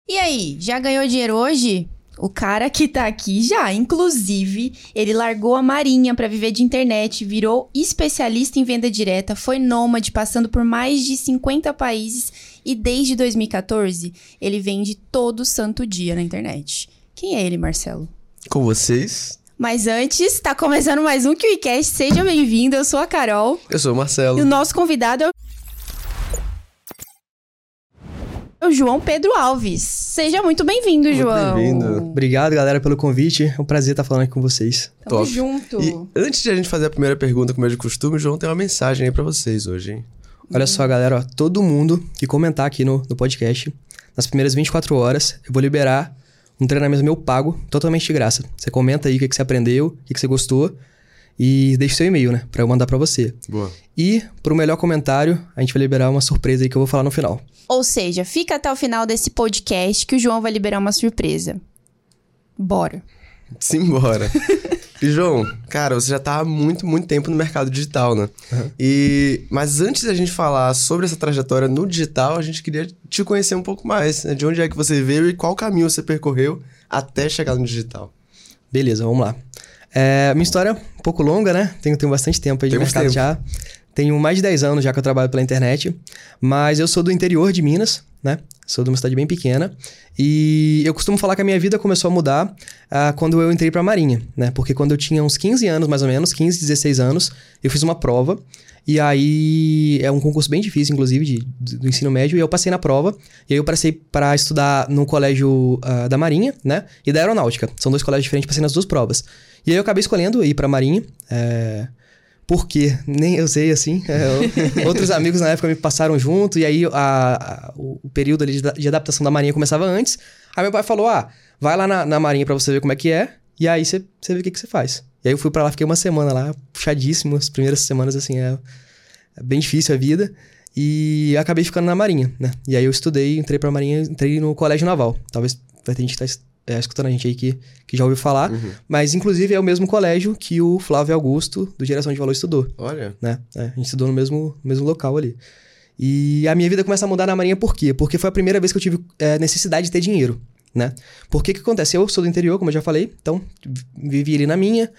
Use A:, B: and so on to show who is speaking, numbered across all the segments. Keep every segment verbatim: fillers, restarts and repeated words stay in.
A: E aí, já ganhou dinheiro hoje? O cara que tá aqui já, inclusive, ele largou a marinha pra viver de internet, virou especialista em venda direta, foi nômade, passando por mais de cinquenta países e desde dois mil e catorze, ele vende todo santo dia na internet. Quem é ele, Marcelo?
B: Com vocês?
A: Mas antes, tá começando mais um KiwiCast, seja bem-vindo, eu sou a Carol.
B: Eu sou o Marcelo.
A: E o nosso convidado é o... o João Pedro Alves. Seja muito bem-vindo, muito João.
B: Bem-vindo.
C: Obrigado, galera, pelo convite. É um prazer estar falando aqui com vocês.
A: Tamo
B: Top.
A: junto.
B: E antes de a gente fazer a primeira pergunta, como é de costume, o João tem uma mensagem aí pra vocês hoje, hein?
C: Olha só, galera, ó, todo mundo que comentar aqui no, no podcast, nas primeiras vinte e quatro horas, eu vou liberar um treinamento meu pago, totalmente de graça. Você comenta aí o que, que você aprendeu, o que, que você gostou e deixa o seu e-mail, né? Pra eu mandar pra você.
B: Boa.
C: E, pro melhor comentário, a gente vai liberar uma surpresa aí que eu vou falar no final.
A: Ou seja, fica até o final desse podcast que o João vai liberar uma surpresa. Bora.
B: Simbora. E, João, cara, você já tá há muito, muito tempo no mercado digital, né?
C: Uhum.
B: E... Mas antes da gente falar sobre essa trajetória no digital, a gente queria te conhecer um pouco mais, né? De onde é que você veio e qual caminho você percorreu até chegar no digital.
C: Beleza, vamos lá. É, minha história é um pouco longa, né? Tenho, tenho bastante tempo aí de
B: Temos
C: mercado
B: tempo.
C: já. Tenho mais de dez anos já que eu trabalho pela internet, mas eu sou do interior de Minas, né? Sou de uma cidade bem pequena e eu costumo falar que a minha vida começou a mudar uh, quando eu entrei pra Marinha, né? Porque quando eu tinha uns quinze anos, mais ou menos, quinze, dezesseis anos, eu fiz uma prova e aí é um concurso bem difícil, inclusive, de, de, do ensino médio, e eu passei na prova e aí eu passei para estudar no colégio uh, da Marinha, né? E da Aeronáutica. São dois colégios diferentes, passei nas duas provas. E aí eu acabei escolhendo ir pra Marinha, é... Por quê? Nem eu sei, assim. É, outros amigos na época me passaram junto, e aí a, a, o período ali de, de adaptação da Marinha começava antes. Aí meu pai falou, ah, vai lá na, na Marinha pra você ver como é que é, e aí você, você vê o que, que você faz. E aí eu fui pra lá, fiquei uma semana lá, puxadíssimo. As primeiras semanas, assim, é, é bem difícil a vida. E acabei ficando na Marinha, né? E aí eu estudei, entrei pra Marinha, entrei no Colégio Naval. Talvez vai ter gente que tá É, escutando a gente aí que, que já ouviu falar,
B: Uhum.
C: mas inclusive é o mesmo colégio que o Flávio Augusto, do Geração de Valor, estudou,
B: Olha.
C: né? É, a gente estudou no mesmo, no mesmo local ali. E a minha vida começa a mudar na Marinha por quê? Porque foi a primeira vez que eu tive é, necessidade de ter dinheiro, né? Porque que acontece? Eu sou do interior, como eu já falei, então vivi ali na minha,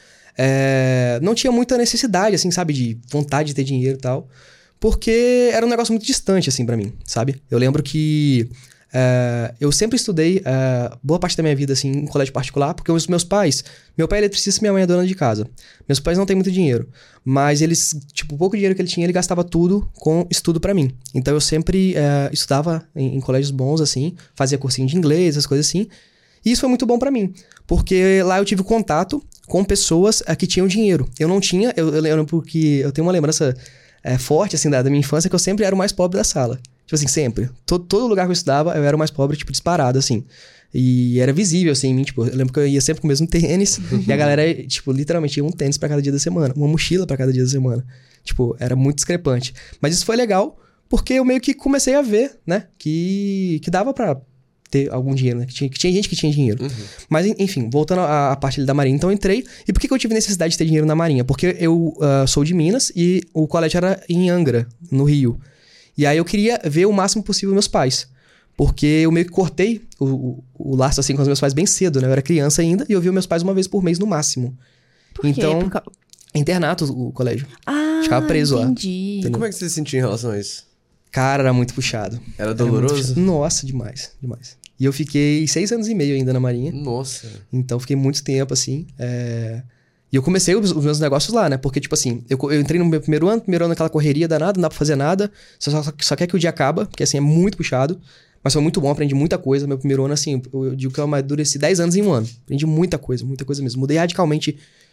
C: é, não tinha muita necessidade, assim, sabe, de vontade de ter dinheiro e tal, porque era um negócio muito distante, assim, pra mim, sabe? Eu lembro que Uh, eu sempre estudei uh, boa parte da minha vida assim, em colégio particular, porque os meus pais... Meu pai é eletricista e minha mãe é dona de casa. Meus pais não têm muito dinheiro, mas eles, tipo, o pouco dinheiro que ele tinha, ele gastava tudo com estudo pra mim. Então eu sempre uh, estudava em, em colégios bons, assim, fazia cursinho de inglês, essas coisas assim. E isso foi muito bom pra mim, porque lá eu tive contato com pessoas uh, que tinham dinheiro. Eu não tinha, eu, eu lembro que eu tenho uma lembrança uh, forte, assim, da, da minha infância, que eu sempre era o mais pobre da sala. Tipo assim, sempre. Todo, todo lugar que eu estudava, eu era o mais pobre, tipo, disparado, assim. E era visível, assim, em mim, tipo... Eu lembro que eu ia sempre com o mesmo tênis. E a galera, tipo, literalmente ia um tênis pra cada dia da semana. Uma mochila pra cada dia da semana. Tipo, era muito discrepante. Mas isso foi legal, porque eu meio que comecei a ver, né? Que, que dava pra ter algum dinheiro, né? Que tinha, que tinha gente que tinha dinheiro. Uhum. Mas, enfim, voltando à, à parte ali da Marinha. Então, eu entrei. E por que, que eu tive necessidade de ter dinheiro na Marinha? Porque eu uh, sou de Minas e o colégio era em Angra, no Rio. E aí eu queria ver o máximo possível meus pais. Porque eu meio que cortei o, o, o laço assim com os meus pais bem cedo, né? Eu era criança ainda e eu via meus pais uma vez por mês no máximo.
A: Por
C: então,
A: quê? Por...
C: internato o colégio.
A: Ah,
C: ficava preso
A: entendi.
B: E como é que você se sentia em relação a isso?
C: Cara, era muito puxado.
B: Era doloroso?
C: Era muito... Nossa, demais, demais. E eu fiquei seis anos e meio ainda na Marinha.
B: Nossa.
C: Então, fiquei muito tempo, assim. É... E eu comecei os, os meus negócios lá, né? Porque, tipo assim, eu, eu entrei no meu primeiro ano, primeiro ano naquela correria danada, não dá pra fazer nada. Só, só, só quer que o dia acaba, porque, assim, é muito puxado. Mas foi muito bom, aprendi muita coisa. Meu primeiro ano, assim, eu, eu digo que eu amadureci dez anos em um ano. Aprendi muita coisa, muita coisa mesmo. Mudei radicalmente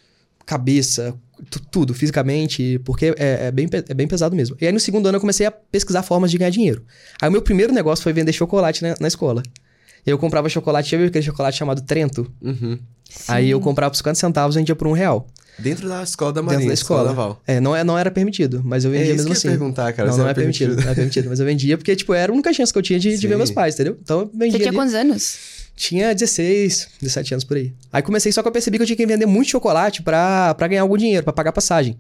C: cabeça, tudo, fisicamente, porque é, é, bem, é bem pesado mesmo. E aí, no segundo ano, eu comecei a pesquisar formas de ganhar dinheiro. Aí, o meu primeiro negócio foi vender chocolate na, na escola. Eu comprava chocolate, tinha aquele chocolate chamado Trento.
B: Uhum.
C: Aí eu comprava por cinquenta centavos e vendia por um real.
B: Dentro da escola da Marinha,
C: Dentro da escola.
B: escola naval.
C: É, não, é, não era permitido, mas eu vendia
B: é
C: mesmo
B: isso que
C: assim.
B: eu ia perguntar, cara.
C: Não, não é permitido. permitido, não é permitido. Mas eu vendia porque, tipo, era a única chance que eu tinha de, de ver meus pais, entendeu? Então eu vendia.
A: Você tinha
C: ali.
A: quantos anos?
C: Tinha dezesseis, dezessete anos por aí. Aí comecei, só que eu percebi que eu tinha que vender muito chocolate pra, pra ganhar algum dinheiro, pra pagar passagem.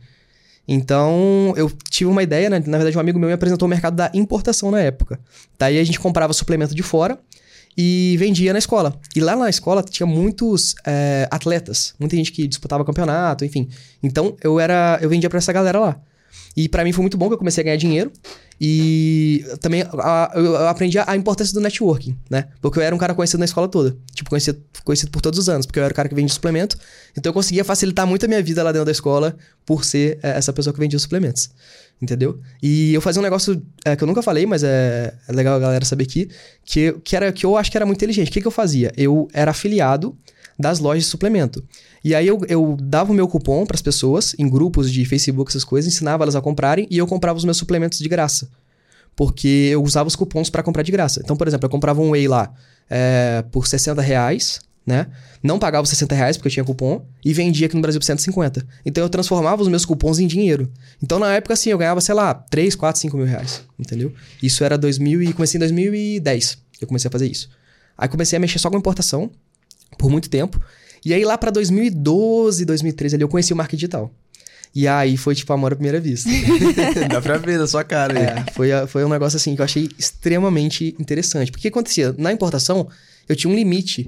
C: Então, eu tive uma ideia, né? Na verdade, um amigo meu me apresentou o mercado da importação na época. Daí a gente comprava suplemento de fora e vendia na escola. E lá na escola tinha muitos é, atletas, muita gente que disputava campeonato, enfim. Então eu era, eu vendia pra essa galera lá. E pra mim foi muito bom que eu comecei a ganhar dinheiro. E também a, eu aprendi a importância do networking, né? Porque eu era um cara conhecido na escola toda. Tipo, conhecido, conhecido por todos os anos. Porque eu era o cara que vendia suplemento. Então eu conseguia facilitar muito a minha vida lá dentro da escola por ser é, essa pessoa que vendia os suplementos. Entendeu? E eu fazia um negócio é, que eu nunca falei, mas é, é legal a galera saber aqui. Que, que, era, que eu acho que era muito inteligente. O que, que eu fazia? Eu era afiliado das lojas de suplemento. E aí eu, eu dava o meu cupom para as pessoas, em grupos de Facebook, essas coisas, ensinava elas a comprarem e eu comprava os meus suplementos de graça. Porque eu usava os cupons para comprar de graça. Então, por exemplo, eu comprava um whey lá é, por sessenta reais, né? Não pagava os sessenta reais porque eu tinha cupom e vendia aqui no Brasil por cento e cinquenta. Então eu transformava os meus cupons em dinheiro. Então na época assim, eu ganhava, sei lá, três, quatro, cinco mil reais, entendeu? Isso era dois mil e comecei em dois mil e dez. Eu comecei a fazer isso. Aí comecei a mexer só com importação por muito tempo. E aí lá pra dois mil e doze, dois mil e treze ali eu conheci o marketing digital. E aí foi tipo amor à primeira vista.
B: Dá pra ver na sua cara aí.
C: É, foi, foi um negócio assim que eu achei extremamente interessante. Porque o que acontecia? Na importação, eu tinha um limite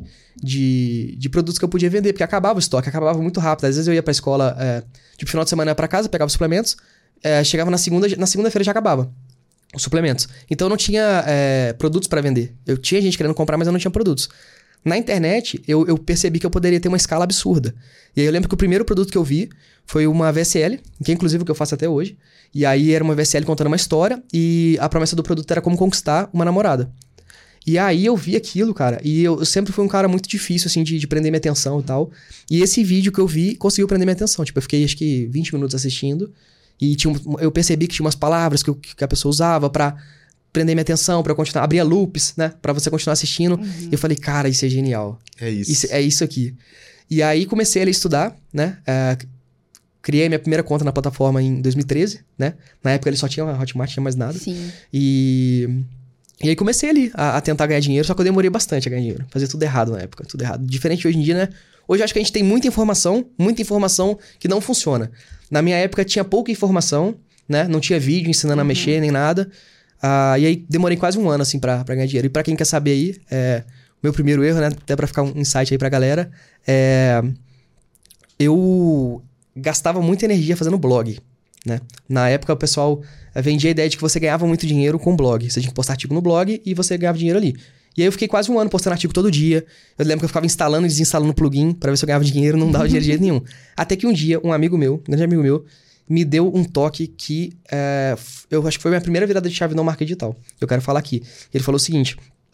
C: de, de produtos que eu podia vender, porque acabava o estoque, acabava muito rápido. Às vezes eu ia pra escola, é, tipo, final de semana eu ia pra casa, pegava os suplementos, é, chegava na segunda, na segunda-feira já acabava os suplementos. Então eu não tinha é, produtos pra vender. Eu tinha gente querendo comprar, mas eu não tinha produtos. Na internet, eu, eu percebi que eu poderia ter uma escala absurda. E aí eu lembro que o primeiro produto que eu vi foi uma V S L, que é inclusive o que eu faço até hoje. E aí era uma V S L contando uma história e a promessa do produto era como conquistar uma namorada. E aí eu vi aquilo, cara, e eu, eu sempre fui um cara muito difícil, assim, de, de prender minha atenção e tal. E esse vídeo que eu vi conseguiu prender minha atenção. Tipo, eu fiquei acho que vinte minutos assistindo e tinha um, eu percebi que tinha umas palavras que, eu, que a pessoa usava pra prender minha atenção, pra eu continuar, abria loops, né, pra você continuar assistindo. Uhum. E eu falei, cara, isso é genial.
B: É isso.
C: isso. É isso aqui. E aí comecei a estudar, né, é, criei minha primeira conta na plataforma em dois mil e treze, né, na época ele só tinha uma Hotmart, tinha mais nada.
A: Sim.
C: E... E aí comecei ali a, a tentar ganhar dinheiro, só que eu demorei bastante a ganhar dinheiro. Fazia tudo errado na época, tudo errado. Diferente de hoje em dia, né? Hoje eu acho que a gente tem muita informação, muita informação que não funciona. Na minha época tinha pouca informação, né? Não tinha vídeo ensinando uhum. a mexer, nem nada. Ah, e aí demorei quase um ano, assim, pra, pra ganhar dinheiro. E pra quem quer saber aí, é, o meu primeiro erro, né? Até pra ficar um insight aí pra galera, é... eu gastava muita energia fazendo blog. Né? Na época o pessoal vendia a ideia de que você ganhava muito dinheiro com blog. Você tinha que postar artigo no blog e você ganhava dinheiro ali. E aí eu fiquei quase um ano postando artigo todo dia. Eu lembro que eu ficava instalando e desinstalando plugin pra ver se eu ganhava dinheiro, não dava dinheiro de jeito nenhum. Até que um dia um amigo meu, um grande amigo meu, me deu um toque que é, eu acho que foi a minha primeira virada de chave no marketing digital. Eu quero falar aqui. Ele falou o seguinte,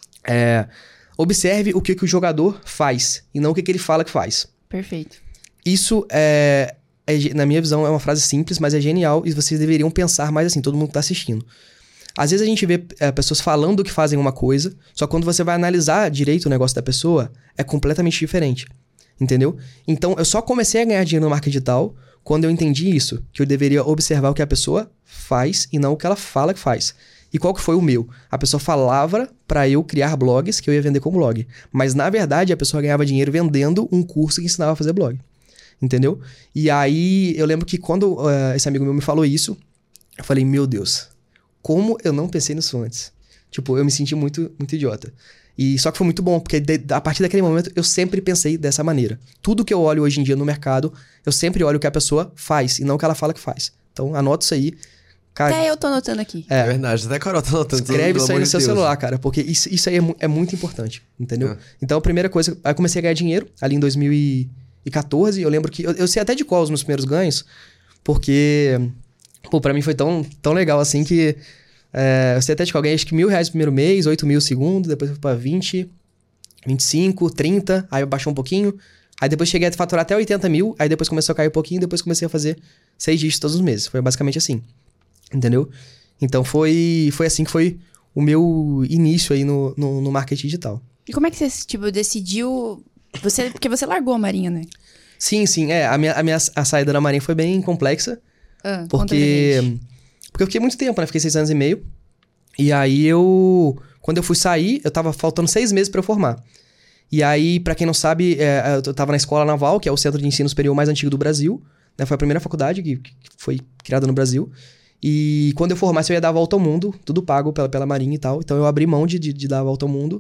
C: é, observe o que, que o jogador faz e não o que, que ele fala que faz.
A: Perfeito. Isso
C: é... É, na minha visão, é uma frase simples, mas é genial e vocês deveriam pensar mais assim, todo mundo que tá assistindo. Às vezes a gente vê é, pessoas falando que fazem uma coisa, só que quando você vai analisar direito o negócio da pessoa, é completamente diferente. Entendeu? Então, eu só comecei a ganhar dinheiro no marketing digital quando eu entendi isso, que eu deveria observar o que a pessoa faz e não o que ela fala que faz. E qual que foi o meu? A pessoa falava pra eu criar blogs que eu ia vender como blog. Mas, na verdade, a pessoa ganhava dinheiro vendendo um curso que ensinava a fazer blog. Entendeu? E aí, eu lembro que quando uh, esse amigo meu me falou isso, eu falei, meu Deus, como eu não pensei nisso antes? Tipo, eu me senti muito, muito idiota. E só que foi muito bom, porque de, a partir daquele momento, eu sempre pensei dessa maneira. Tudo que eu olho hoje em dia no mercado, eu sempre olho o que a pessoa faz, e não o que ela fala que faz. Então, anota isso aí. Cara,
A: até eu tô anotando aqui.
B: É, é verdade, até a Carol tá anotando.
C: Escreve isso aí no seu Deus. celular, cara, porque isso, isso aí é, é muito importante, entendeu? É. Então, a primeira coisa, aí eu comecei a ganhar dinheiro, ali em dois mil e quatorze, eu lembro que... Eu, eu sei até de qual os meus primeiros ganhos, porque... Pô, pra mim foi tão, tão legal assim que... É, eu sei até de qual eu ganhei acho que mil reais no primeiro mês, oito mil no segundo, depois foi pra vinte, vinte e cinco, trinta, aí baixou um pouquinho, aí depois cheguei a faturar até oitenta mil, aí depois começou a cair um pouquinho, depois comecei a fazer seis dígitos todos os meses. Foi basicamente assim, entendeu? Então foi, foi assim que foi o meu início aí no, no, no marketing digital.
A: E como é que você, tipo, decidiu... Você, porque você largou a Marinha, né?
C: Sim, sim. É, a minha, a minha a saída da Marinha foi bem complexa.
A: Ah,
C: porque... Porque eu fiquei muito tempo, né? Fiquei seis anos e meio. E aí eu... Quando eu fui sair, eu tava faltando seis meses pra eu formar. E aí, pra quem não sabe, é, eu tava na Escola Naval, que é o centro de ensino superior mais antigo do Brasil. Né? Foi a primeira faculdade que, que foi criada no Brasil. E quando eu formasse, eu ia dar a volta ao mundo. Tudo pago pela, pela Marinha e tal. Então eu abri mão de, de, de dar a volta ao mundo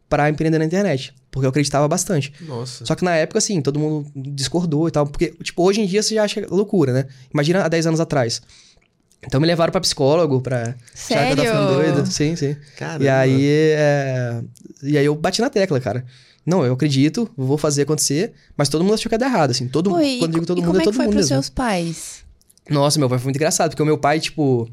C: pra empreender na internet. Porque eu acreditava bastante.
B: Nossa.
C: Só que na época, assim, todo mundo discordou e tal. Porque, tipo, hoje em dia você já acha loucura, né? Imagina há dez anos atrás. Então me levaram pra psicólogo, pra...
A: Sério?
C: achar que eu tava ficando doido. Sim, sim.
B: Caramba.
C: E aí, é... e aí eu bati na tecla, cara. Não, eu acredito, vou fazer acontecer, mas todo mundo achou que ia dar errado, assim. Todo,
A: Pô, e,
C: quando eu digo todo
A: e
C: mundo,
A: como
C: é
A: é
C: todo
A: que foi
C: mundo
A: pros
C: mesmo.
A: seus pais?
C: Nossa, meu pai foi muito engraçado, porque o meu pai, tipo,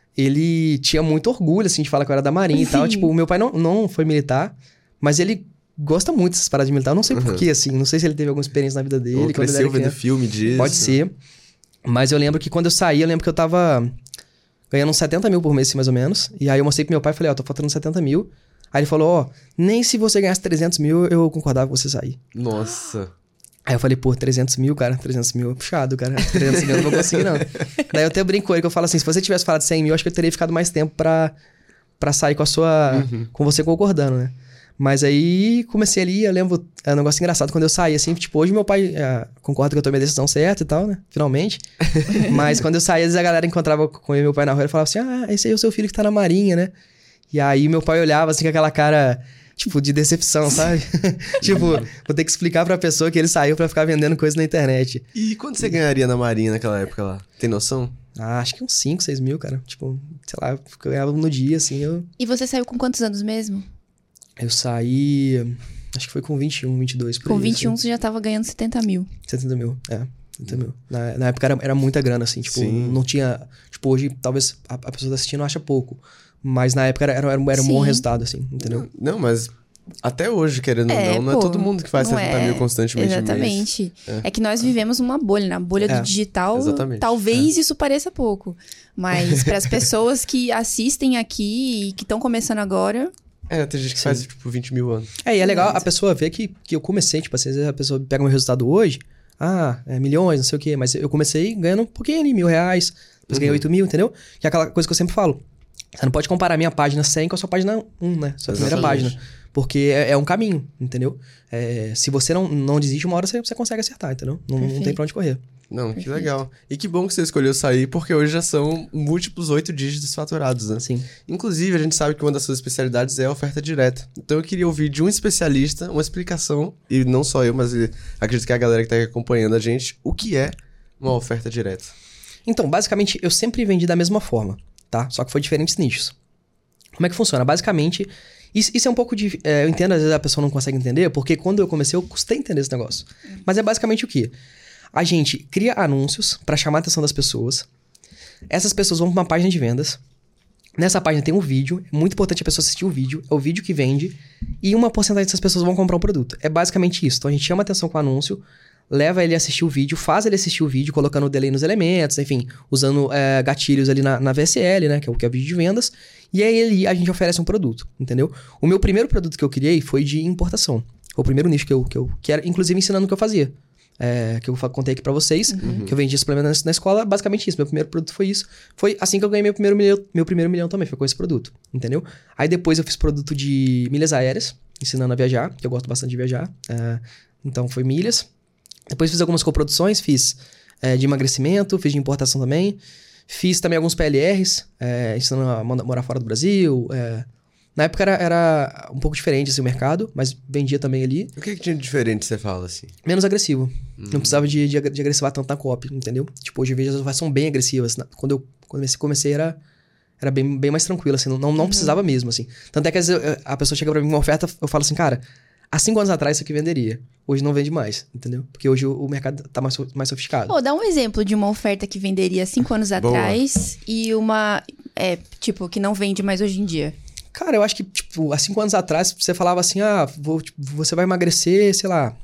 C: ele tinha muito orgulho, assim, de falar que eu era da Marinha e tal.
A: Sim.
C: Tipo, o meu pai não, não foi militar, mas ele gosta muito dessas paradas de militar. Eu não sei
B: Uhum.
C: porquê, assim, não sei se ele teve alguma experiência na vida dele.
B: Ou
C: quando ele
B: cresceu
C: era
B: vendo
C: criança.
B: filme disso.
C: Pode ser. Mas eu lembro que quando eu saí, eu lembro que eu tava ganhando uns setenta mil por mês, assim, mais ou menos. E aí eu mostrei pro meu pai e falei, ó, tô faltando setenta mil. Aí ele falou, ó, nem se você ganhasse trezentos mil, eu concordava com você sair.
B: Nossa.
C: Aí eu falei, pô, trezentos mil, cara, trezentos mil é puxado, cara. trezentos mil eu não vou conseguir, não. Daí eu até brinco com ele, que eu falo assim, se você tivesse falado cem mil, acho que eu teria ficado mais tempo pra, pra sair com a sua...
B: Uhum.
C: com você concordando, né? Mas aí comecei ali, eu lembro, é um negócio engraçado, quando eu saí, assim, tipo, hoje meu pai é, concorda que eu tomei a decisão certa e tal, né? Finalmente. Mas quando eu saí, às vezes a galera encontrava com ele, meu pai na rua e falava assim, ah, esse aí é o seu filho que tá na Marinha, né? E aí meu pai olhava assim com aquela cara, tipo, de decepção, sabe? Tipo, vou ter que explicar pra pessoa que ele saiu pra ficar vendendo coisa na internet.
B: E quanto você ganharia na Marinha naquela época lá? Tem noção?
C: Ah, acho que uns cinco, seis mil, cara. Tipo, sei lá, eu ganhava no dia, assim, eu...
A: E você saiu com quantos anos mesmo?
C: Eu saí, acho que foi com vinte e um, vinte e dois, por
A: Com
C: aí,
A: vinte e um
C: assim.
A: você já tava ganhando setenta mil.
C: setenta mil, é. setenta mil. Na, na época era, era muita grana, assim, tipo,
B: Sim.
C: não tinha... Tipo, hoje talvez a, a pessoa tá assistindo acha pouco. Mas na época era, era, era um era um bom
A: Sim.
C: resultado, assim, entendeu?
B: Não, não, mas até hoje, querendo ou
A: É,
B: não, não
A: pô,
B: é todo mundo que faz
A: não
B: setenta
A: é.
B: mil constantemente no mês.
A: Exatamente.
B: É.
A: É. que nós vivemos uma bolha, na bolha
C: É,
A: do digital,
B: exatamente.
A: talvez isso pareça pouco. Mas para as pessoas que assistem aqui e que estão começando agora,
B: É, tem gente que
C: Sim.
B: faz, tipo, vinte mil anos.
C: É, e é legal
A: Exato.
C: a pessoa ver que, que eu comecei, tipo assim, às vezes a pessoa pega meu resultado hoje, ah, é milhões, não sei o quê, mas eu comecei ganhando um pouquinho ali, mil reais, depois ganhei
B: Uhum.
C: oito mil, entendeu? Que é aquela coisa que eu sempre falo. Você não pode comparar a minha página cem com a sua página um, né? Sua primeira
B: Exatamente.
C: página. Porque é, é um caminho, entendeu? É, se você não, não desiste, uma hora você, você consegue acertar, entendeu? Não, não tem
A: Perfeito.
C: pra onde correr.
B: Não, que
A: Perfeito.
B: legal. E que bom que você escolheu sair, porque hoje já são múltiplos oito dígitos faturados, né?
C: Sim.
B: Inclusive, a gente sabe que uma das suas especialidades é a oferta direta. Então eu queria ouvir de um especialista uma explicação, e não só eu, mas eh, acredito que a galera que tá aqui acompanhando a gente, o que é uma oferta direta.
C: Então, basicamente, eu sempre vendi da mesma forma, tá? Só que foi diferentes nichos. Como é que funciona? Basicamente, isso, isso é um pouco de... É, eu entendo, às vezes a pessoa não consegue entender, porque quando eu comecei, eu custei entender esse negócio. Mas é basicamente o quê? A gente cria anúncios pra chamar a atenção das pessoas. Essas pessoas vão pra uma página de vendas. Nessa página tem um vídeo. É muito importante a pessoa assistir o vídeo. É o vídeo que vende. E uma porcentagem dessas pessoas vão comprar o produto. É basicamente isso. Então a gente chama a atenção com o anúncio, leva ele a assistir o vídeo, faz ele assistir o vídeo, colocando o delay nos elementos, enfim, usando é, gatilhos ali na, na V S L, né? Que é o que é o vídeo de vendas. E aí ele, a gente oferece um produto, entendeu? O meu primeiro produto que eu criei foi de importação. Foi o primeiro nicho que eu, que eu que era, inclusive, ensinando o que eu fazia. É, que eu fa- contei aqui pra vocês,
A: Uhum.
C: que eu vendia suplementos na escola, basicamente isso. Meu primeiro produto foi isso. Foi assim que eu ganhei meu primeiro milhão, meu primeiro milhão também, foi com esse produto, entendeu? Aí depois eu fiz produto de milhas aéreas, ensinando a viajar, que eu gosto bastante de viajar. É, então foi milhas. Depois fiz algumas coproduções, fiz é, de emagrecimento, fiz de importação também. Fiz também alguns P L Rs, é, ensinando a manda- morar fora do Brasil. é. Na época era, era um pouco diferente assim, o mercado, mas vendia também ali.
B: O que, que tinha de diferente, você fala assim?
C: Menos agressivo. Não precisava de, de, ag- de agressivar tanto na copy, entendeu? Tipo, hoje eu vejo as ofertas são bem agressivas. Na- Quando eu comecei, comecei era, era bem, bem mais tranquilo, assim. Não, não, não precisava mesmo, assim. Tanto é que às vezes eu- a pessoa chega pra mim com uma oferta, eu falo assim, cara, há cinco anos atrás isso aqui venderia. Hoje não vende mais, entendeu? Porque hoje o, o mercado tá mais, so- mais sofisticado.
A: Pô, dá um exemplo de uma oferta que venderia cinco anos
B: Boa.
A: atrás e uma, é, tipo, que não vende mais hoje em dia.
C: Cara, eu acho que, tipo, há cinco anos atrás, você falava assim, ah, vou, tipo, você vai emagrecer, sei lá,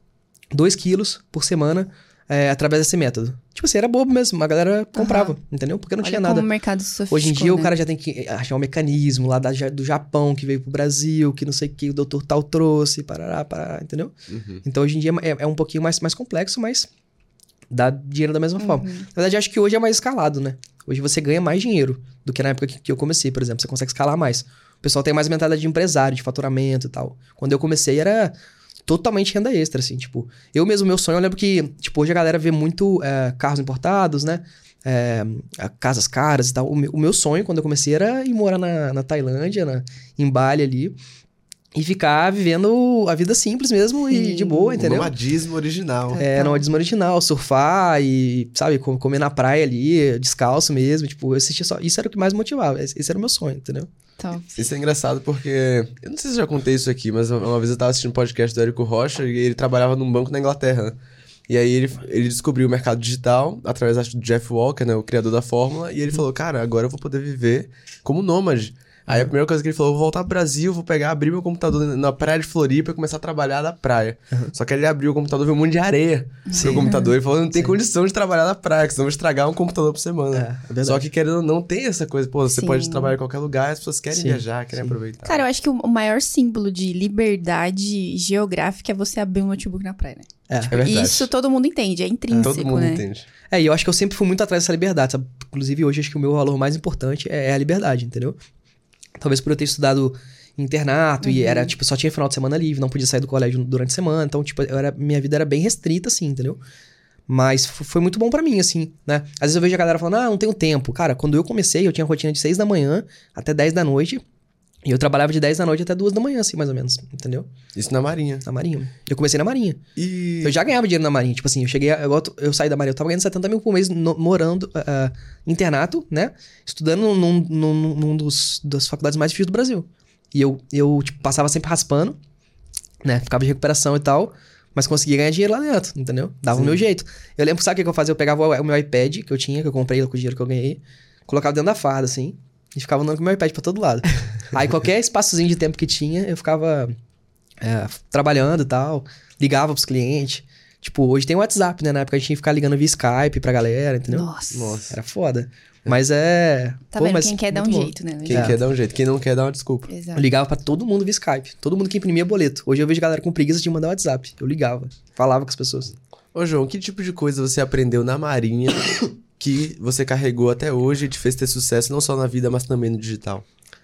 C: dois quilos por semana é, através desse método. Tipo assim, era bobo mesmo, a galera comprava, entendeu? Porque não
A: Olha
C: tinha
A: como
C: nada.
A: o mercado se sofisticou,
C: Hoje em dia
A: né?
C: o cara já tem que achar um mecanismo lá da, do Japão que veio pro Brasil, que não sei o que o doutor tal trouxe, parará, parará, entendeu?
B: Uhum.
C: Então hoje em dia é, é um pouquinho mais, mais complexo, mas dá dinheiro da mesma forma.
A: Uhum.
C: Na verdade, acho que hoje é mais escalado, né? Hoje você ganha mais dinheiro do que na época que, que eu comecei, por exemplo. Você consegue escalar mais. O pessoal tem mais mentalidade de empresário, de faturamento e tal. Quando eu comecei era totalmente renda extra, assim, tipo... Eu mesmo, meu sonho, eu lembro que, tipo, hoje a galera vê muito é, carros importados, né? É, casas caras e tal. O meu, o meu sonho, quando eu comecei, era ir morar na, na Tailândia, na, em Bali ali. e ficar vivendo a vida simples mesmo e de boa, entendeu?
B: Nomadismo original.
C: É, nomadismo original, surfar e, sabe, comer na praia ali, descalço mesmo, tipo, eu assistia só, isso era o que mais motivava, esse era o meu sonho, entendeu?
A: Top.
B: Isso é engraçado porque, eu não sei se eu já contei isso aqui, mas uma vez eu tava assistindo um podcast do Érico Rocha e ele trabalhava num banco na Inglaterra, né? E aí ele, ele descobriu o mercado digital através, acho, do Jeff Walker, né, o criador da fórmula, e ele falou, cara, agora eu vou poder viver como nômade. Aí a primeira coisa que ele falou, vou voltar pro Brasil, vou pegar, abrir meu computador na praia de Floripa e começar a trabalhar da praia. Uhum. Só que aí ele abriu o computador, viu um monte de areia no meu computador. Ele falou, não tem Sim. condição de trabalhar na praia, senão eu vou estragar um computador por semana. É, é Só que querendo ou não, tem essa coisa. Pô, você Sim. pode trabalhar em qualquer lugar, as pessoas querem Sim. viajar, querem Sim. aproveitar.
A: Cara, eu acho que o maior símbolo de liberdade geográfica é você abrir um notebook na praia, né?
C: É,
A: tipo,
C: é verdade.
A: Isso todo mundo entende, é intrínseco,
B: todo mundo
A: né?
B: entende.
C: É, e eu acho que eu sempre fui muito atrás dessa liberdade, sabe? Inclusive, hoje, acho que o meu valor mais importante é a liberdade, entendeu? Talvez por eu ter estudado em internato uhum. e era, tipo, só tinha final de semana livre, não podia sair do colégio durante a semana. Então, tipo, eu era, minha vida era bem restrita, assim, entendeu? Mas foi muito bom pra mim, assim, né? Às vezes eu vejo a galera falando, ah, não tenho tempo. Cara, quando eu comecei, eu tinha rotina de seis da manhã até dez da noite. E eu trabalhava de dez da noite até duas da manhã, assim, mais ou menos, entendeu?
B: Isso na Marinha.
C: Na Marinha. Eu comecei na Marinha.
B: E...
C: Eu já ganhava dinheiro na Marinha. Tipo assim, eu cheguei... A, eu, eu saí da Marinha, eu tava ganhando setenta mil por mês no, morando... Uh, internato, né? Estudando num, num, num dos, das faculdades mais difíceis do Brasil. E eu, eu tipo, passava sempre raspando, né? Ficava de recuperação e tal, mas conseguia ganhar dinheiro lá dentro, entendeu? Dava Sim. o meu jeito. Eu lembro, sabe o que eu fazia? Eu pegava o, o meu iPad que eu tinha, que eu comprei com o dinheiro que eu ganhei, colocava dentro da farda, assim, e ficava andando com o meu iPad pra todo lado. Aí qualquer espaçozinho de tempo que tinha, eu ficava é, trabalhando e tal, ligava pros clientes. Tipo, hoje tem o WhatsApp, né? Na época a gente tinha que ficar ligando via Skype pra galera, entendeu?
A: Nossa.
C: Nossa. Era foda. Mas é...
A: Tá
C: Pô,
A: vendo?
C: mas
A: Quem quer dar um
C: bom.
A: jeito, né?
B: Quem
C: é.
B: quer dar um jeito. Quem não quer dar uma desculpa.
A: Exato.
C: Eu ligava pra todo mundo via Skype. Todo mundo que imprimia boleto. Hoje eu vejo galera com preguiça de mandar WhatsApp. Eu ligava. Falava com as pessoas.
B: Ô, João, que tipo de coisa você aprendeu na Marinha que você carregou até hoje e te fez ter sucesso não só na vida, mas também no digital?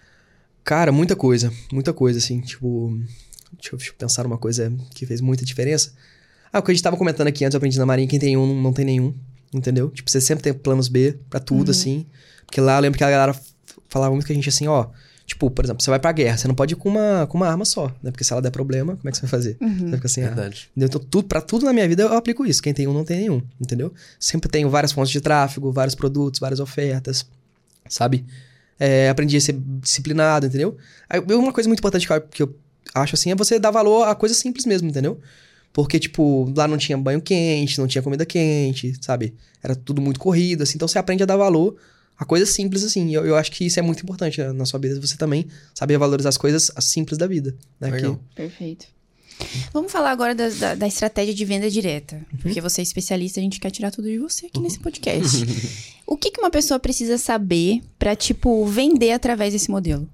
C: Cara, muita coisa. Muita coisa, assim. Tipo... Deixa eu, deixa eu pensar uma coisa que fez muita diferença. Ah, o que a gente tava comentando aqui antes, eu aprendi na Marinha, quem tem um não tem nenhum. Entendeu? Tipo, você sempre tem planos B pra tudo, uhum. assim. Porque lá eu lembro que a galera falava muito com a gente assim, ó... Tipo, por exemplo, você vai pra guerra, você não pode ir com uma, com uma arma só, né? Porque se ela der problema, como é que você vai fazer?
A: Uhum.
C: Você fica assim,
B: Verdade.
C: Ah, então, tudo, pra tudo na minha vida eu aplico isso. Quem tem um não tem nenhum, entendeu? Sempre tenho várias fontes de tráfego, vários produtos, várias ofertas, sabe? É, aprendi a ser disciplinado, entendeu? Aí, uma coisa muito importante que eu, que eu acho assim é você dar valor a coisas simples mesmo, entendeu? Porque, tipo, lá não tinha banho quente, não tinha comida quente, sabe? Era tudo muito corrido, assim. Então, você aprende a dar valor a coisas simples, assim. Eu, eu acho que isso é muito importante na sua vida. Você também saber valorizar as coisas simples da vida, né?
B: Legal.
C: Que...
A: Perfeito. Vamos falar agora da, da, da estratégia de venda direta. Uhum. Porque você é especialista, a gente quer tirar tudo de você aqui uhum. nesse podcast. O que, que uma pessoa precisa saber pra, tipo, vender através desse modelo?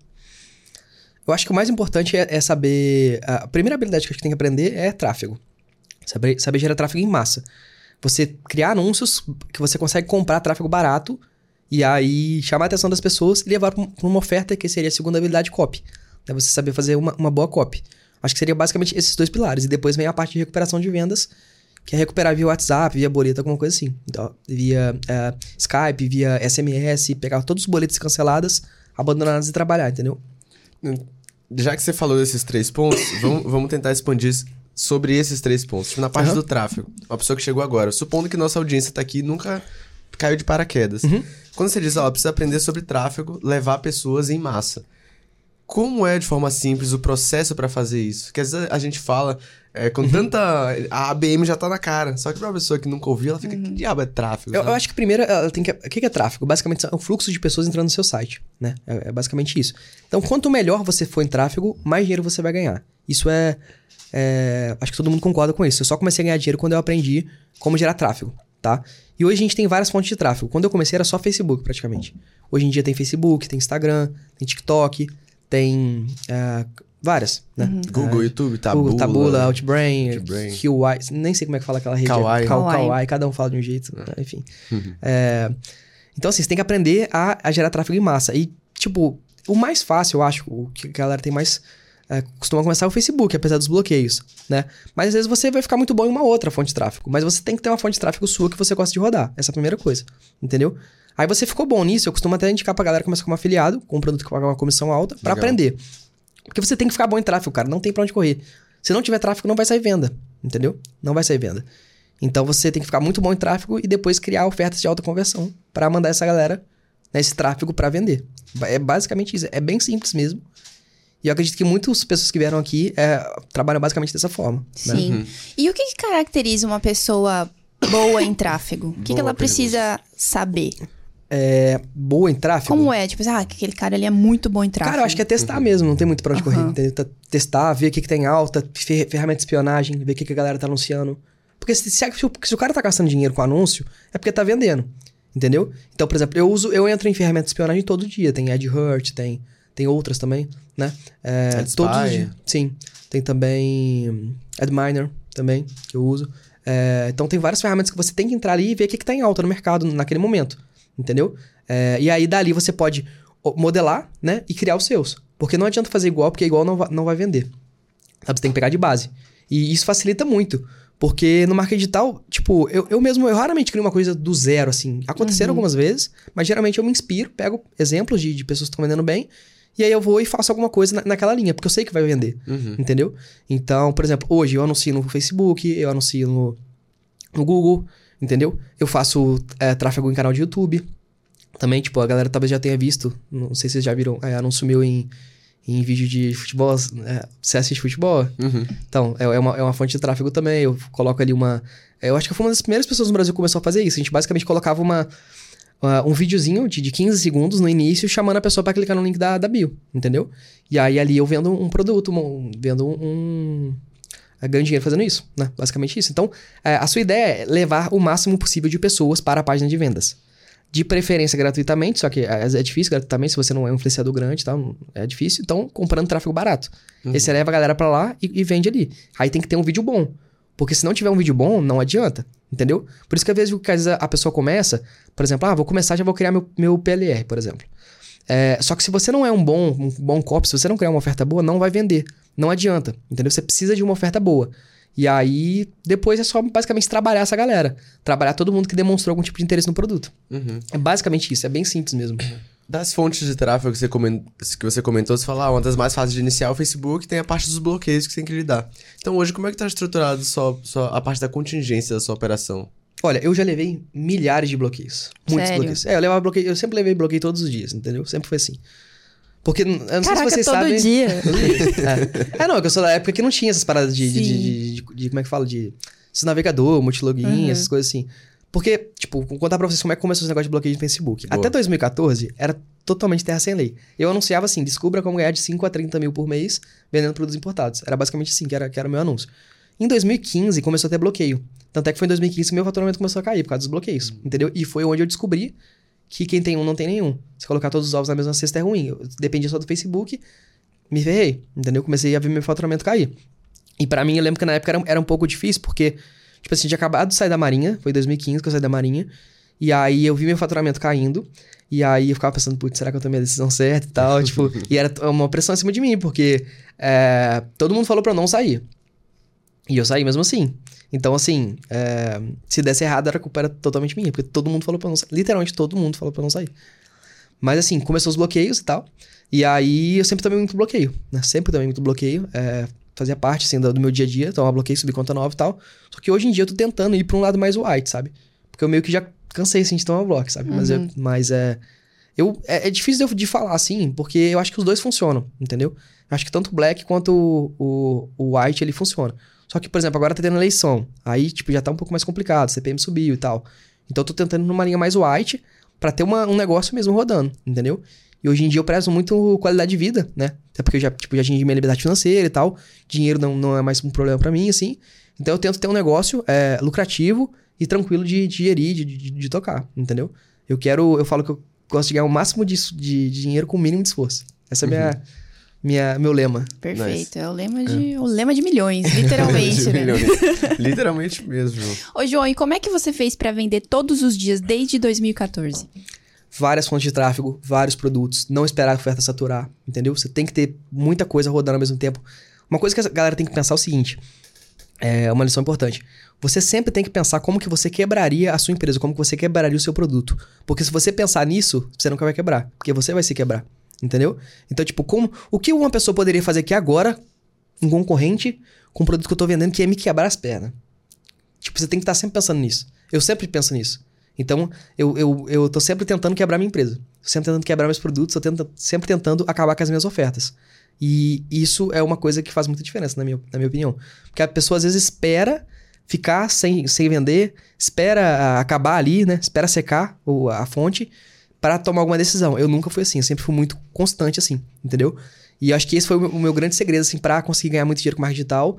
C: Eu acho que o mais importante é, é saber... A primeira habilidade que a gente tem que aprender é tráfego. Saber, saber gerar tráfego em massa. Você criar anúncios que você consegue comprar tráfego barato e aí chamar a atenção das pessoas e levar para uma oferta que seria a segunda habilidade copy. É você saber fazer uma, uma boa copy. Acho que seria basicamente esses dois pilares. E depois vem a parte de recuperação de vendas, que é recuperar via WhatsApp, via boleto, alguma coisa assim. Então, via uh, Skype, via S M S, pegar todos os boletos cancelados, abandonados e trabalhar, entendeu?
B: Já que você falou desses três pontos, vamos, vamos tentar expandir sobre esses três pontos. Na parte uhum. do tráfego, uma pessoa que chegou agora, supondo que nossa audiência tá aqui e nunca caiu de paraquedas. Uhum. Quando você diz, ó, precisa aprender sobre tráfego, levar pessoas em massa. Como é, de forma simples, o processo para fazer isso? Porque às vezes a gente fala é, com uhum. tanta... A A B M já tá na cara. Só que pra uma pessoa que nunca ouviu, ela fica, uhum. que diabo é tráfego?
C: Eu, eu acho que primeiro ela tem que... O que é tráfego? Basicamente é o fluxo de pessoas entrando no seu site, né? É, é basicamente isso. Então, quanto melhor você for em tráfego, mais dinheiro você vai ganhar. Isso é... É, acho que todo mundo concorda com isso. Eu só comecei a ganhar dinheiro quando eu aprendi como gerar tráfego, tá? E hoje a gente tem várias fontes de tráfego. Quando eu comecei era só Facebook, praticamente. Hoje em dia tem Facebook, tem Instagram, tem TikTok, tem uh, várias, né?
A: Uhum.
B: Google,
C: uh,
B: YouTube, Taboola.
C: Google, Taboola, Outbrain,
B: Outbrain.
C: Q Y, nem sei como é que fala aquela rede.
B: Kawaii.
C: Kawaii. Kawaii, cada um fala de um jeito,
B: uhum.
C: enfim. Uhum. É, então assim, você tem que aprender a, a gerar tráfego em massa. E, tipo, o mais fácil, eu acho, o que a galera tem mais... É, costuma começar o Facebook, apesar dos bloqueios, né? Mas às vezes você vai ficar muito bom em uma outra fonte de tráfego. Mas você tem que ter uma fonte de tráfego sua que você gosta de rodar. Essa é a primeira coisa, entendeu? Aí você ficou bom nisso, eu costumo até indicar pra galera começar como afiliado, com um produto que paga uma comissão alta, pra
B: Legal.
C: aprender. Porque você tem que ficar bom em tráfego, cara. Não tem pra onde correr. Se não tiver tráfego, não vai sair venda. Entendeu? Não vai sair venda. Então você tem que ficar muito bom em tráfego e depois criar ofertas de alta conversão pra mandar essa galera, né, esse tráfego pra vender. É basicamente isso. É bem simples mesmo. E eu acredito que muitas pessoas que vieram aqui é, trabalham basicamente dessa forma.
A: Sim.
C: Né?
B: Uhum.
A: E o que, que caracteriza uma pessoa boa em tráfego? O que, que
B: Boa
A: ela precisa saber?
C: É, boa em tráfego?
A: Como é? Tipo, ah, aquele cara ali é muito bom em tráfego.
C: Cara, eu acho que é testar mesmo, não tem muito pra onde
A: Uhum.
C: correr. Entendeu? Tá- Testar, ver o que, que tem alta, fer- ferramenta de espionagem, ver o que, que a galera tá anunciando. Porque se, se, se, o, se o cara tá gastando dinheiro com anúncio, é porque tá vendendo. Entendeu? Então, por exemplo, eu uso, eu entro em ferramenta de espionagem todo dia. Tem AdHurt, tem, tem outras também, né? É,
B: AdSpy.
C: todos os dias. Sim. Tem também AdMiner também, que eu uso. É, então tem várias ferramentas que você tem que entrar ali e ver o que, que tá em alta no mercado naquele momento. Entendeu? É, e aí dali você pode modelar, né? E criar os seus. Porque não adianta fazer igual, porque igual não vai, não vai vender. Sabe? Você tem que pegar de base. E isso facilita muito. Porque no marketing digital, tipo, eu, eu mesmo, eu raramente crio uma coisa do zero, assim. Aconteceram
A: Uhum.
C: algumas vezes, mas geralmente eu me inspiro, pego exemplos de, de pessoas que estão vendendo bem, e aí eu vou e faço alguma coisa na, naquela linha, porque eu sei que vai vender.
B: Uhum.
C: Entendeu? Então, por exemplo, hoje eu anuncio no Facebook, eu anuncio no, no Google, entendeu? Eu faço é, tráfego em canal de YouTube. Também, tipo, a galera talvez já tenha visto, não sei se vocês já viram, é, anúncio meu em, em vídeo de futebol, é, você assiste futebol?
B: Uhum.
C: Então, é, é, uma, é uma fonte de tráfego também, eu coloco ali uma... Eu acho que eu fui uma das primeiras pessoas no Brasil que começou a fazer isso, a gente basicamente colocava uma, uma, um videozinho de, de quinze segundos no início, chamando a pessoa pra clicar no link da, da bio, entendeu? E aí ali eu vendo um produto, um, vendo um... um ganho dinheiro fazendo isso, né? Basicamente isso. Então, é, a sua ideia é levar o máximo possível de pessoas para a página de vendas. De preferência gratuitamente, só que é, é difícil gratuitamente, se você não é um influenciador grande e tal, é difícil. Então, comprando tráfego barato.
B: Uhum.
C: Aí você leva a galera pra lá e, e vende ali. Aí tem que ter um vídeo bom. Porque se não tiver um vídeo bom, não adianta. Entendeu? Por isso que às vezes, que, às vezes a pessoa começa, por exemplo, ah, vou começar, já vou criar meu, meu P L R, por exemplo. É, só que se você não é um bom, um bom copy, se você não criar uma oferta boa, não vai vender. Não adianta. Entendeu? Você precisa de uma oferta boa. E aí, depois é só basicamente trabalhar essa galera. Trabalhar todo mundo que demonstrou algum tipo de interesse no produto.
B: Uhum.
C: É basicamente isso, é bem simples mesmo.
B: Das fontes de tráfego que você, comen- que você comentou, você falou, ah, uma das mais fáceis de iniciar é o Facebook, tem a parte dos bloqueios que você tem que lidar. Então hoje, como é que tá estruturado só, só a parte da contingência da sua operação?
C: Olha, eu já levei milhares de bloqueios. Muitos
A: Sério?
C: bloqueios. É, eu levava bloqueio, eu sempre levei bloqueio todos os dias, entendeu? Sempre foi assim. Porque, eu não
A: Caraca,
C: sei se vocês
A: todo
C: sabem...
A: dia.
C: é. é, não, é que eu sou da época que não tinha essas paradas de... de,
A: Sim.
C: de, de, de como é que fala? De... Esse navegador, multilogin,
A: Uhum.
C: essas coisas assim. Porque, tipo, vou contar pra vocês como é que começou esse negócio de bloqueio de Facebook.
B: Boa.
C: Até dois mil e quatorze, era totalmente terra sem lei. Eu anunciava assim, descubra como ganhar de cinco a trinta mil por mês vendendo produtos importados. Era basicamente assim que era, que era o meu anúncio. Em dois mil e quinze, começou a ter bloqueio. Tanto é que foi em dois mil e quinze que meu faturamento começou a cair por causa dos bloqueios, entendeu? E foi onde eu descobri que quem tem um não tem nenhum. Se colocar todos os ovos na mesma cesta é ruim. Eu dependia só do Facebook, me ferrei, entendeu? Comecei a ver meu faturamento cair. E pra mim, eu lembro que na época era, era um pouco difícil, porque, tipo assim, tinha acabado de sair da Marinha, foi em dois mil e quinze que eu saí da Marinha, e aí eu vi meu faturamento caindo, e aí eu ficava pensando, putz, será que eu tomei a decisão certa e tal? Tipo, e era uma pressão em cima de mim, porque é, todo mundo falou pra eu não sair. E eu saí mesmo assim. Então, assim, é, se desse errado, a culpa era totalmente minha, porque todo mundo falou pra eu não sair. Literalmente, todo mundo falou pra eu não sair. Mas, assim, começou os bloqueios e tal. E aí, eu sempre tomei muito bloqueio, né? Sempre tomei muito bloqueio. É, fazia parte, assim, do, do meu dia a dia. Tomar bloqueio, subir conta nova e tal. Só que hoje em dia eu tô tentando ir pra um lado mais white, sabe? Porque eu meio que já cansei, assim, de tomar bloco, sabe? Mas, eu, mas é... Eu, é, é difícil de, de falar, assim, porque eu acho que os dois funcionam, entendeu? Eu acho que tanto o black quanto o, o, o white, ele funciona. Só que, por exemplo, agora tá tendo eleição. Aí, tipo, já tá um pouco mais complicado. C P M subiu e tal. Então, eu tô tentando numa linha mais white pra ter uma, um negócio mesmo rodando, entendeu? E hoje em dia eu prezo muito qualidade de vida, né? Até porque eu já, tipo, já atingi minha liberdade financeira e tal. Dinheiro não, não é mais um problema pra mim, assim. Então, eu tento ter um negócio é, lucrativo e tranquilo de, de gerir, de, de, de tocar, entendeu? Eu quero... Eu falo que eu gosto de ganhar o máximo de, de, de dinheiro com o mínimo de esforço. Essa é a minha... Minha, meu lema.
A: Perfeito.
B: Nice.
A: É o lema de, o lema de milhões, literalmente,
B: De
A: né?
B: milhões. Literalmente mesmo, João.
A: Ô, João, e como é que você fez pra vender todos os dias desde dois mil e quatorze?
C: Várias fontes de tráfego, vários produtos. Não esperar a oferta saturar, entendeu? Você tem que ter muita coisa rodando ao mesmo tempo. Uma coisa que a galera tem que pensar é o seguinte. É uma lição importante. Você sempre tem que pensar como que você quebraria a sua empresa, como que você quebraria o seu produto. Porque se você pensar nisso, você nunca vai quebrar. Porque você vai se quebrar. Entendeu? Então, tipo, como, o que uma pessoa poderia fazer aqui agora, um concorrente, com um produto que eu tô vendendo que é me quebrar as pernas? Tipo, você tem que estar sempre pensando nisso. Eu sempre penso nisso. Então, eu, eu, eu tô sempre tentando quebrar minha empresa. Sempre tentando quebrar meus produtos, eu tento, sempre tentando acabar com as minhas ofertas. E isso é uma coisa que faz muita diferença, na minha, na minha opinião. Porque a pessoa, às vezes, espera ficar sem, sem vender, espera acabar ali, né? Espera secar o, a fonte para tomar alguma decisão. Eu nunca fui assim, eu sempre fui muito constante assim, entendeu? E acho que esse foi o meu, o meu grande segredo, assim, para conseguir ganhar muito dinheiro com marketing digital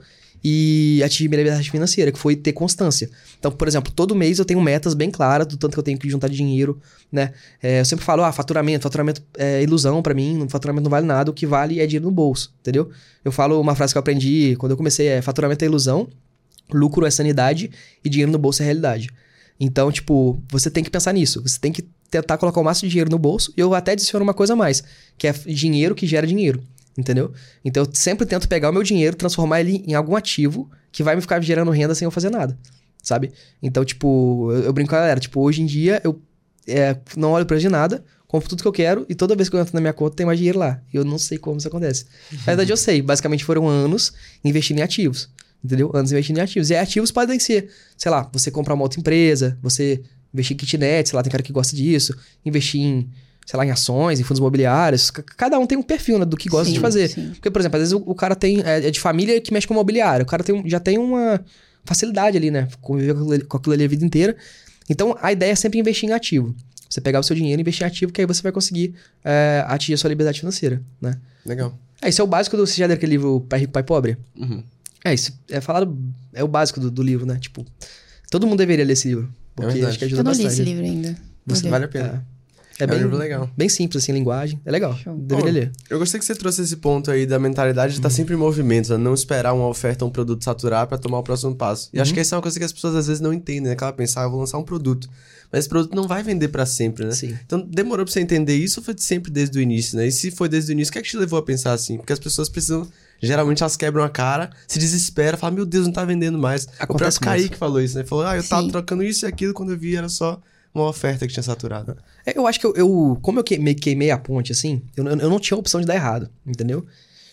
C: e atingir minha liberdade financeira, que foi ter constância. Então, por exemplo, todo mês eu tenho metas bem claras do tanto que eu tenho que juntar de dinheiro, né? É, eu sempre falo, ah, faturamento, faturamento é ilusão pra mim, faturamento não vale nada, o que vale é dinheiro no bolso, entendeu? Eu falo uma frase que eu aprendi quando eu comecei, é faturamento é ilusão, lucro é sanidade e dinheiro no bolso é realidade. Então, tipo, você tem que pensar nisso, você tem que tentar colocar o máximo de dinheiro no bolso, e eu até adiciono uma coisa a mais, que é dinheiro que gera dinheiro. Entendeu? Então eu sempre tento pegar o meu dinheiro, transformar ele em algum ativo que vai me ficar gerando renda sem eu fazer nada, sabe? Então, tipo, eu, eu brinco com a galera, tipo, hoje em dia eu é, não olho pra de nada, compro tudo que eu quero e toda vez que eu entro na minha conta tem mais dinheiro lá. E eu não sei como isso acontece. Na verdade eu sei, basicamente foram anos investindo em ativos, entendeu? Anos investindo em ativos. E ativos podem ser, sei lá, você comprar uma outra empresa, você investir em kitnet, sei lá, tem cara que gosta disso, investir em sei lá, em ações, em fundos imobiliários. Cada um tem um perfil, né, do que gosta
A: Sim,
C: de fazer.
A: sim.
C: Porque, por exemplo, às vezes o, o cara tem, é, é de família que mexe com imobiliário. O cara tem, já tem uma facilidade ali, né? Conviver com aquilo, com aquilo ali a vida inteira. Então, a ideia é sempre investir em ativo. Você pegar o seu dinheiro e investir em ativo, que aí você vai conseguir é, atingir a sua liberdade financeira, né?
B: Legal.
C: É, isso é o básico do... Você já leu aquele livro Pai Rico, Pai Pobre?
B: Uhum.
C: É, isso é falado... É o básico do, do livro, né? Tipo, todo mundo deveria ler esse livro. Porque
B: verdade.
C: acho que ajuda
A: Eu não li
C: bastante.
A: esse livro ainda. Vou
B: Você
A: ler.
B: vale a pena.
C: É. É,
B: É
C: bem
B: um livro legal.
C: Bem simples, assim, linguagem. É legal.
A: Show.
C: Deveria
B: Pô,
C: ler.
B: Eu gostei que você trouxe esse ponto aí da mentalidade de estar sempre em movimento, né? Não esperar uma oferta ou um produto saturar pra tomar o próximo passo. E acho que essa é uma coisa que as pessoas às vezes não entendem, né? Que ela pensa, ah, eu vou lançar um produto. Mas esse produto não vai vender pra sempre, né?
C: Sim.
B: Então demorou pra você entender isso ou foi sempre desde o início, né? E se foi desde o início, o que é que te levou a pensar assim? Porque as pessoas precisam... Geralmente elas quebram a cara, se desesperam, falam, meu Deus, não tá vendendo mais.
C: Acontece
B: o próprio Kaique falou isso, né? Ele falou, ah, eu tava
A: Sim.
B: trocando isso e aquilo, quando eu vi era só uma oferta que tinha saturado.
C: É, eu acho que eu, eu como eu queimei, queimei a ponte, assim, eu, eu não tinha opção de dar errado, entendeu?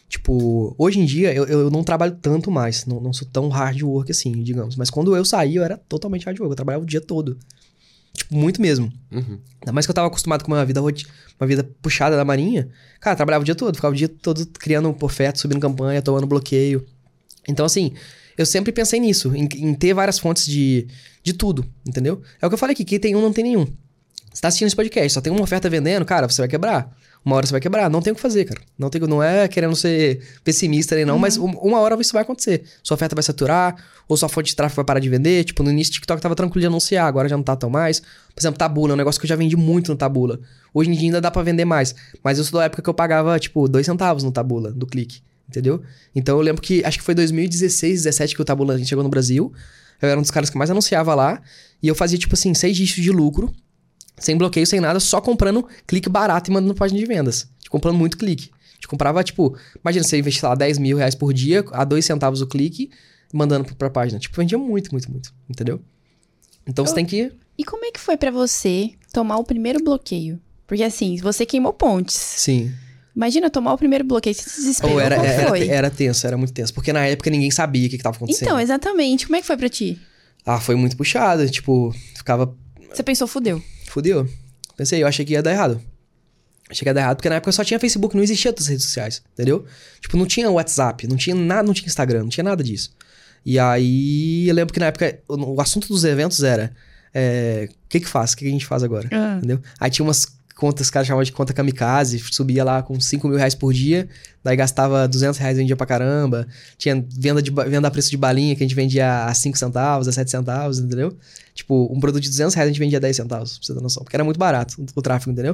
C: Tipo, hoje em dia eu, eu não trabalho tanto mais, não, não sou tão hard work assim, digamos. Mas quando eu saí, eu era totalmente hard work, eu trabalhava o dia todo. Tipo, muito mesmo.
B: Uhum.
C: Ainda mais que eu tava acostumado com uma vida, roti- uma vida puxada da marinha. Cara, eu trabalhava o dia todo, ficava o dia todo criando oferta, subindo campanha, tomando bloqueio. Então, assim, eu sempre pensei nisso, em, em ter várias fontes de, de tudo, entendeu? É o que eu falei aqui, quem tem um não tem nenhum. Você tá assistindo esse podcast, só tem uma oferta vendendo, cara, você vai quebrar. Uma hora você vai quebrar, não tem o que fazer, cara. Não, tem, não é querendo ser pessimista nem não,
A: Uhum.
C: mas um- uma hora isso vai acontecer. Sua oferta vai saturar, ou sua fonte de tráfego vai parar de vender. Tipo, no início o TikTok tava tranquilo de anunciar, agora já não tá tão mais. Por exemplo, Taboola, é um negócio que eu já vendi muito no Taboola. Hoje em dia ainda dá pra vender mais. Mas eu sou da época que eu pagava, tipo, dois centavos no Taboola, do clique. Entendeu? Então eu lembro que, acho que foi dois mil e dezesseis, dezessete que o Taboola chegou no Brasil. Eu era um dos caras que mais anunciava lá. E eu fazia, tipo assim, seis dígitos de lucro. Sem bloqueio, sem nada, só comprando clique barato e mandando página de vendas. Tipo, comprando muito clique. A gente comprava, tipo... Imagina, você investir lá dez mil reais por dia, a dois centavos o clique, mandando pra, pra página. Tipo, vendia muito, muito, muito. Entendeu? Então você
A: Eu-
C: tem que...
A: E como é que foi pra você tomar o primeiro bloqueio? Porque assim, você queimou pontes.
C: Sim.
A: Imagina tomar o primeiro bloqueio, você se desesperou,
C: Ou era,
A: como
C: era,
A: foi?
C: era tenso, era muito tenso. Porque na época ninguém sabia o que, que tava acontecendo.
A: Então, exatamente. Como é que foi pra ti?
C: Ah, foi muito puxado. Tipo, ficava...
A: Você pensou, fudeu.
C: Fudeu. Pensei, eu achei que ia dar errado. Achei que ia dar errado, porque na época só tinha Facebook, não existia outras redes sociais, entendeu? Tipo, não tinha WhatsApp, não tinha nada, não tinha Instagram, não tinha nada disso. E aí, eu lembro que na época, o, o assunto dos eventos era... é, o que que faz? O que que a gente faz agora?
A: Ah.
C: Entendeu? Aí tinha umas contas, os caras chamavam de conta kamikaze, subia lá com cinco mil reais por dia, daí gastava duzentos reais e vendia pra caramba. Tinha venda, de, ba- venda a preço de balinha, que a gente vendia a cinco centavos, a sete centavos, entendeu? Tipo, um produto de duzentos reais a gente vendia a dez centavos, pra você ter noção. Porque era muito barato o, o tráfego, entendeu?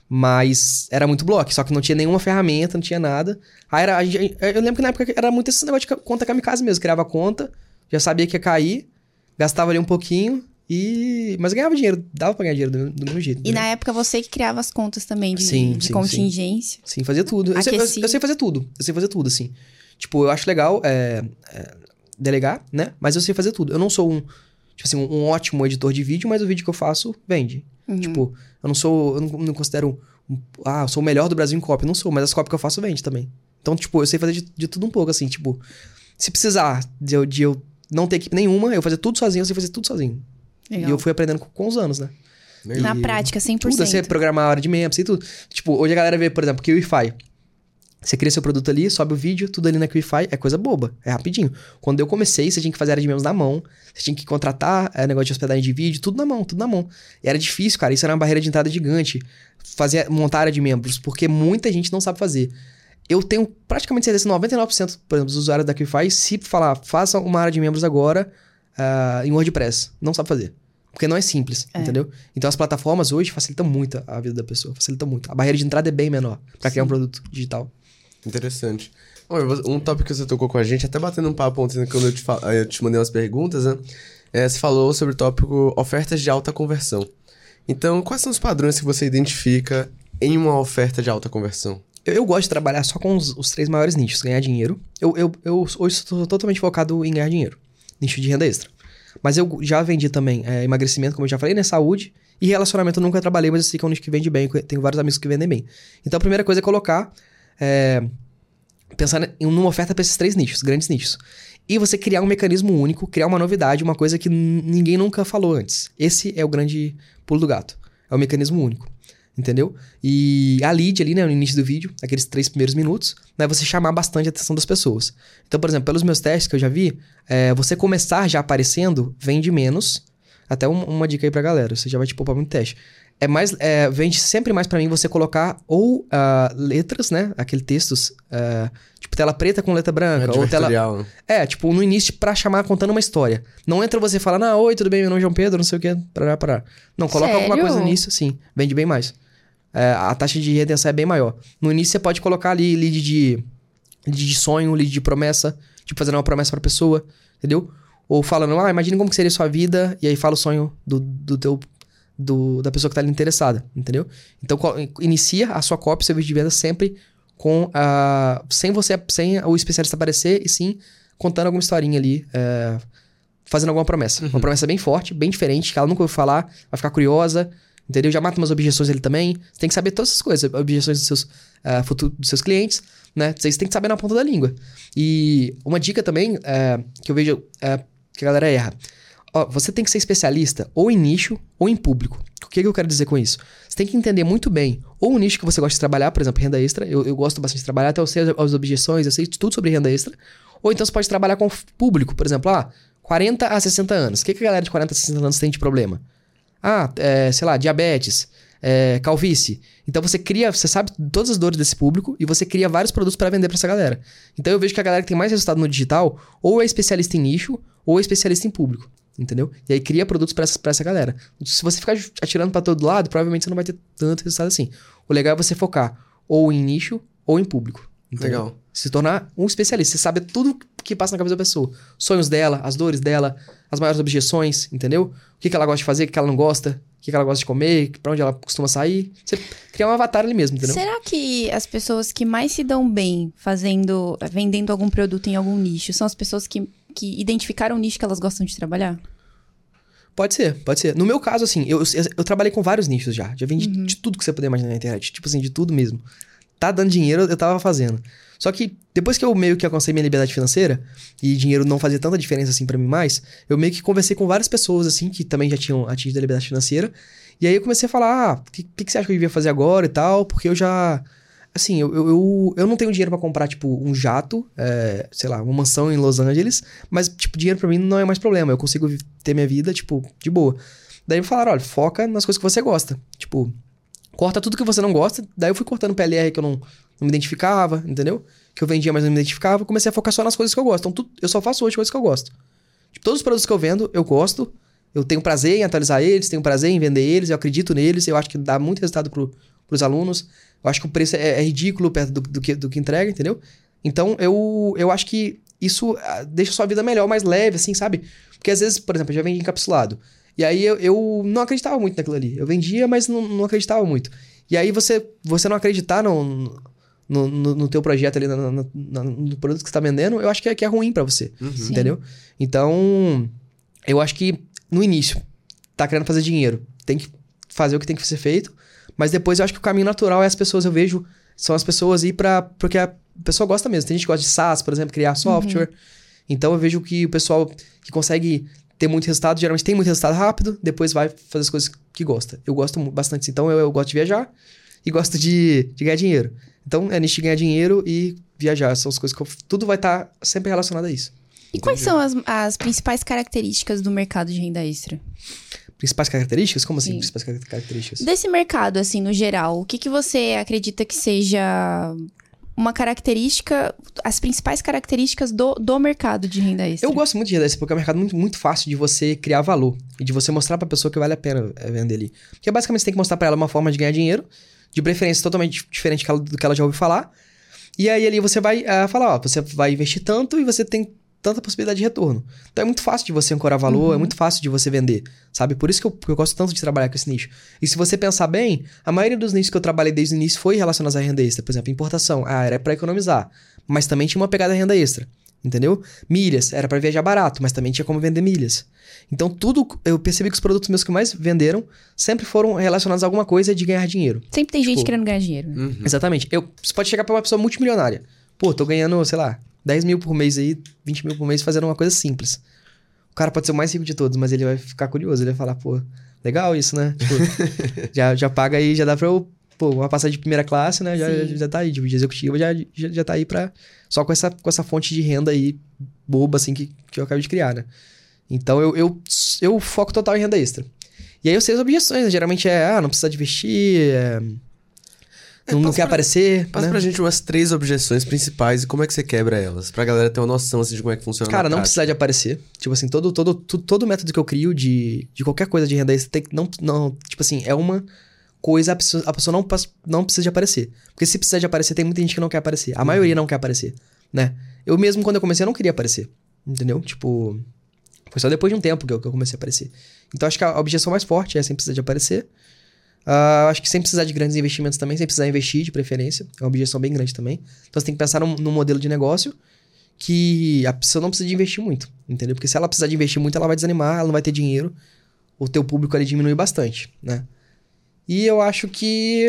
C: Mas era muito bloco, só que não tinha nenhuma ferramenta, não tinha nada. Aí era, a gente- eu lembro que na época era muito esse negócio de conta kamikaze mesmo. Criava conta, já sabia que ia cair, gastava ali um pouquinho e... Mas ganhava dinheiro, dava pra ganhar dinheiro do, meu- do meu jeito.
A: E
C: entendeu?
A: na época você que criava as contas também de,
C: Sim,
A: de
C: sim,
A: contingência.
C: Sim, fazia tudo. Eu sei, eu,
A: Aqueci.
C: eu sei fazer tudo. Eu sei fazer tudo, assim. Tipo, eu acho legal é, é, delegar, né? Mas eu sei fazer tudo. Eu não sou um, tipo assim, um ótimo editor de vídeo, mas o vídeo que eu faço vende.
A: Uhum.
C: Tipo, eu não sou... Eu não, não considero Ah, eu sou o melhor do Brasil em copy. Não sou, mas as copy que eu faço vende também. Então, tipo, eu sei fazer de, de tudo um pouco, assim, tipo... Se precisar de eu, de eu não ter equipe nenhuma, eu fazer tudo sozinho, eu sei fazer tudo sozinho.
A: Legal.
C: E eu fui aprendendo com, com os anos, né?
A: Na
C: E
A: prática, cem por cento.
C: Tudo, você programar a hora de membros e tudo. Tipo, hoje a galera vê, por exemplo, QIFI. Você cria seu produto ali, sobe o vídeo, tudo ali na QIFI, é coisa boba, é rapidinho. Quando eu comecei, você tinha que fazer área de membros na mão, você tinha que contratar é, negócio de hospedagem de vídeo, tudo na mão, tudo na mão. E era difícil, cara, isso era uma barreira de entrada gigante, fazer, montar área de membros, porque muita gente não sabe fazer. Eu tenho praticamente certeza que noventa e nove por cento, por exemplo, dos usuários da QIFI, se falar, faça uma área de membros agora uh, em WordPress, não sabe fazer. Porque não é simples, é. entendeu? Então as plataformas hoje facilitam muito a vida da pessoa, facilitam muito. A barreira de entrada é bem menor para criar um produto digital.
B: Interessante. Um tópico que você tocou com a gente, até batendo um papo ontem quando eu te, fal... eu te mandei umas perguntas, né? É, você falou sobre o tópico ofertas de alta conversão. Então, quais são os padrões que você identifica em uma oferta de alta conversão?
C: Eu, eu gosto de trabalhar só com os, os três maiores nichos. Ganhar dinheiro. Eu, eu, eu hoje estou totalmente focado em ganhar dinheiro. Nicho de renda extra. Mas eu já vendi também é, emagrecimento, como eu já falei, né? Saúde. E relacionamento eu nunca trabalhei, mas eu sei que é um nicho que vende bem. Tenho vários amigos que vendem bem. Então, a primeira coisa é colocar... É, pensar em uma oferta para esses três nichos, grandes nichos. E você criar um mecanismo único, criar uma novidade, uma coisa que n- ninguém nunca falou antes. Esse é o grande pulo do gato. É o mecanismo único. Entendeu? E a lead ali, né, no início do vídeo, aqueles três primeiros minutos, né, você chamar bastante a atenção das pessoas. Então, por exemplo, pelos meus testes que eu já vi, é, você começar já aparecendo, vende menos. Até um, uma dica aí pra galera, você já vai te poupar muito teste. É mais, é, vende sempre mais pra mim você colocar ou uh, letras, né? Aquele textos, uh, tipo tela preta com letra branca.
B: É
C: ou tela. É, tipo, no início pra chamar contando uma história. Não entra você falando, ah, oi, tudo bem, meu nome é João Pedro, não sei o que, parará, parará. Não, coloca
A: Sério?
C: alguma coisa no início, sim, vende bem mais. É, a taxa de retenção é bem maior. No início você pode colocar ali lead de, lead de sonho, lead de promessa, tipo fazendo uma promessa pra pessoa, entendeu? Ou falando, ah, imagine como que seria a sua vida, e aí fala o sonho do, do teu... Do, da pessoa que tá ali interessada, entendeu? Então, inicia a sua copy, seu vídeo de venda sempre com a... Sem você, sem o especialista aparecer, e sim contando alguma historinha ali, é, fazendo alguma promessa. Uhum. Uma promessa bem forte, bem diferente, que ela nunca ouviu falar, vai ficar curiosa, entendeu? Já mata umas objeções ali também. Você tem que saber todas essas coisas, objeções dos seus, uh, futuro, dos seus clientes, né? Você tem que saber na ponta da língua. E uma dica também, é, que eu vejo é, que a galera erra. Ó, você tem que ser especialista ou em nicho ou em público. O que, que eu quero dizer com isso? Você tem que entender muito bem ou o nicho que você gosta de trabalhar, por exemplo, renda extra. Eu, eu gosto bastante de trabalhar, até eu sei as objeções, eu sei tudo sobre renda extra. Ou então você pode trabalhar com público, por exemplo, ah, quarenta a sessenta anos. O que, que a galera de quarenta a sessenta anos tem de problema? Ah, é, sei lá, diabetes, é, calvície. Então você cria, você sabe todas as dores desse público e você cria vários produtos para vender para essa galera. Então eu vejo que a galera que tem mais resultado no digital ou é especialista em nicho ou é especialista em público. Entendeu? E aí cria produtos pra essa, pra essa galera. Se você ficar atirando pra todo lado, provavelmente você não vai ter tanto resultado assim. O legal é você focar ou em nicho ou em público. Entendeu?
B: Legal.
C: Se tornar um especialista. Você sabe tudo que passa na cabeça da pessoa. Sonhos dela, as dores dela, as maiores objeções, entendeu? O que, que ela gosta de fazer, o que ela não gosta, o que, que ela gosta de comer, pra onde ela costuma sair. Você cria um avatar ali mesmo, entendeu?
A: Será que as pessoas que mais se dão bem fazendo, vendendo algum produto em algum nicho são as pessoas que, que identificaram o nicho que elas gostam de trabalhar?
C: Pode ser, pode ser. No meu caso, assim, eu, eu, eu trabalhei com vários nichos já. Já vendi uhum. de tudo que você puder imaginar na internet. Tipo assim, de tudo mesmo. Tá dando dinheiro, eu tava fazendo. Só que depois que eu meio que alcancei minha liberdade financeira e dinheiro não fazia tanta diferença assim pra mim mais, eu meio que conversei com várias pessoas, assim, que também já tinham atingido a liberdade financeira. E aí eu comecei a falar, ah, o que, que, que você acha que eu devia fazer agora e tal? Porque eu já... Assim, eu, eu, eu, eu não tenho dinheiro pra comprar, tipo, um jato, é, sei lá, uma mansão em Los Angeles, mas, tipo, dinheiro pra mim não é mais problema. Eu consigo ter minha vida, tipo, de boa. Daí me falaram, olha, foca nas coisas que você gosta. Tipo, corta tudo que você não gosta. Daí eu fui cortando P L R que eu não, não me identificava, entendeu? Que eu vendia, mas não me identificava. Comecei a focar só nas coisas que eu gosto. Então, tudo, eu só faço hoje coisas que eu gosto. Tipo, todos os produtos que eu vendo, eu gosto. Eu tenho prazer em atualizar eles, tenho prazer em vender eles, eu acredito neles. Eu acho que dá muito resultado pro, pros alunos. Eu acho que o preço é, é ridículo perto do, do, que, do que entrega, entendeu? Então, eu, eu acho que isso deixa a sua vida melhor, mais leve, assim, sabe? Porque às vezes, por exemplo, eu já vendi encapsulado. E aí eu, eu não acreditava muito naquilo ali. Eu vendia, mas não, não acreditava muito. E aí você, você não acreditar no, no, no, no teu projeto ali, no, no, no produto que você tá vendendo, eu acho que é, que é ruim pra você, uhum. entendeu? Então, eu acho que no início, tá querendo fazer dinheiro, tem que fazer o que tem que ser feito. Mas depois eu acho que o caminho natural é as pessoas, eu vejo, são as pessoas ir pra... Porque a pessoa gosta mesmo. Tem gente que gosta de SaaS, por exemplo, criar software. Uhum. Então eu vejo que o pessoal que consegue ter muito resultado, geralmente tem muito resultado rápido, depois vai fazer as coisas que gosta. Eu gosto bastante. Então eu, eu gosto de viajar e gosto de, de ganhar dinheiro. Então é nicho de ganhar dinheiro e viajar. São as coisas que eu... Tudo vai estar sempre relacionado a isso.
A: E quais são as, as principais características do mercado de renda extra?
C: Principais características? Como assim,
A: Sim.
C: principais características?
A: Desse mercado, assim, no geral, o que, que você acredita que seja uma característica, as principais características do, do mercado de renda extra?
C: Eu gosto muito de renda extra, porque é um mercado muito, muito fácil de você criar valor e de você mostrar pra pessoa que vale a pena vender ali. Porque basicamente você tem que mostrar pra ela uma forma de ganhar dinheiro, de preferência totalmente diferente do que ela já ouviu falar. E aí ali você vai uh, falar, ó, você vai investir tanto e você tem tanta possibilidade de retorno. Então é muito fácil de você ancorar valor, uhum. é muito fácil de você vender, sabe? Por isso que eu, que eu gosto tanto de trabalhar com esse nicho. E se você pensar bem, a maioria dos nichos que eu trabalhei desde o início foi relacionados à renda extra. Por exemplo, importação, ah, era pra economizar, mas também tinha uma pegada de renda extra, entendeu? Milhas, era pra viajar barato, mas também tinha como vender milhas. Então tudo, eu percebi que os produtos meus que mais venderam sempre foram relacionados a alguma coisa de ganhar dinheiro.
A: Sempre tem
C: tipo,
A: gente querendo ganhar dinheiro. Né?
C: Uhum. Exatamente. Eu, você pode chegar pra uma pessoa multimilionária. Pô, tô ganhando, sei lá, dez mil por mês aí, vinte mil por mês fazendo uma coisa simples. O cara pode ser o mais rico de todos, mas ele vai ficar curioso. Ele vai falar, pô, legal isso, né? Tipo, já, já paga aí, já dá pra eu... Pô, uma passagem de primeira classe, né? Já, já, já tá aí, de executiva, já, já, já tá aí pra... Só com essa, com essa fonte de renda aí, boba, assim, que, que eu acabei de criar, né? Então, eu, eu, eu foco total em renda extra. E aí, eu sei as objeções, né? Geralmente é, ah, não precisa de investir, é...
B: É,
C: não, não quer
B: pra,
C: aparecer,
B: Passa
C: né?
B: pra gente umas três objeções principais e como é que você quebra elas? Pra galera ter uma noção, assim, de como é que funciona.
C: Cara,
B: na
C: não
B: prática.
C: precisar de aparecer. Tipo assim, todo, todo, todo, todo método que eu crio de, de qualquer coisa de renda extra tem que não, não... Tipo assim, é uma coisa... A pessoa, a pessoa não, não precisa de aparecer. Porque se precisar de aparecer, tem muita gente que não quer aparecer. A uhum. maioria não quer aparecer, né? Eu mesmo, quando eu comecei, eu não queria aparecer. Entendeu? Tipo... Foi só depois de um tempo que eu, que eu comecei a aparecer. Então, acho que a objeção mais forte é sem precisar de aparecer. Uh, acho que sem precisar de grandes investimentos também, sem precisar investir de preferência. É uma objeção bem grande também. Então você tem que pensar num, num modelo de negócio que a pessoa não precisa de investir muito, entendeu? Porque se ela precisar de investir muito, ela vai desanimar, ela não vai ter dinheiro. O teu público ali diminui bastante, né? E eu acho que...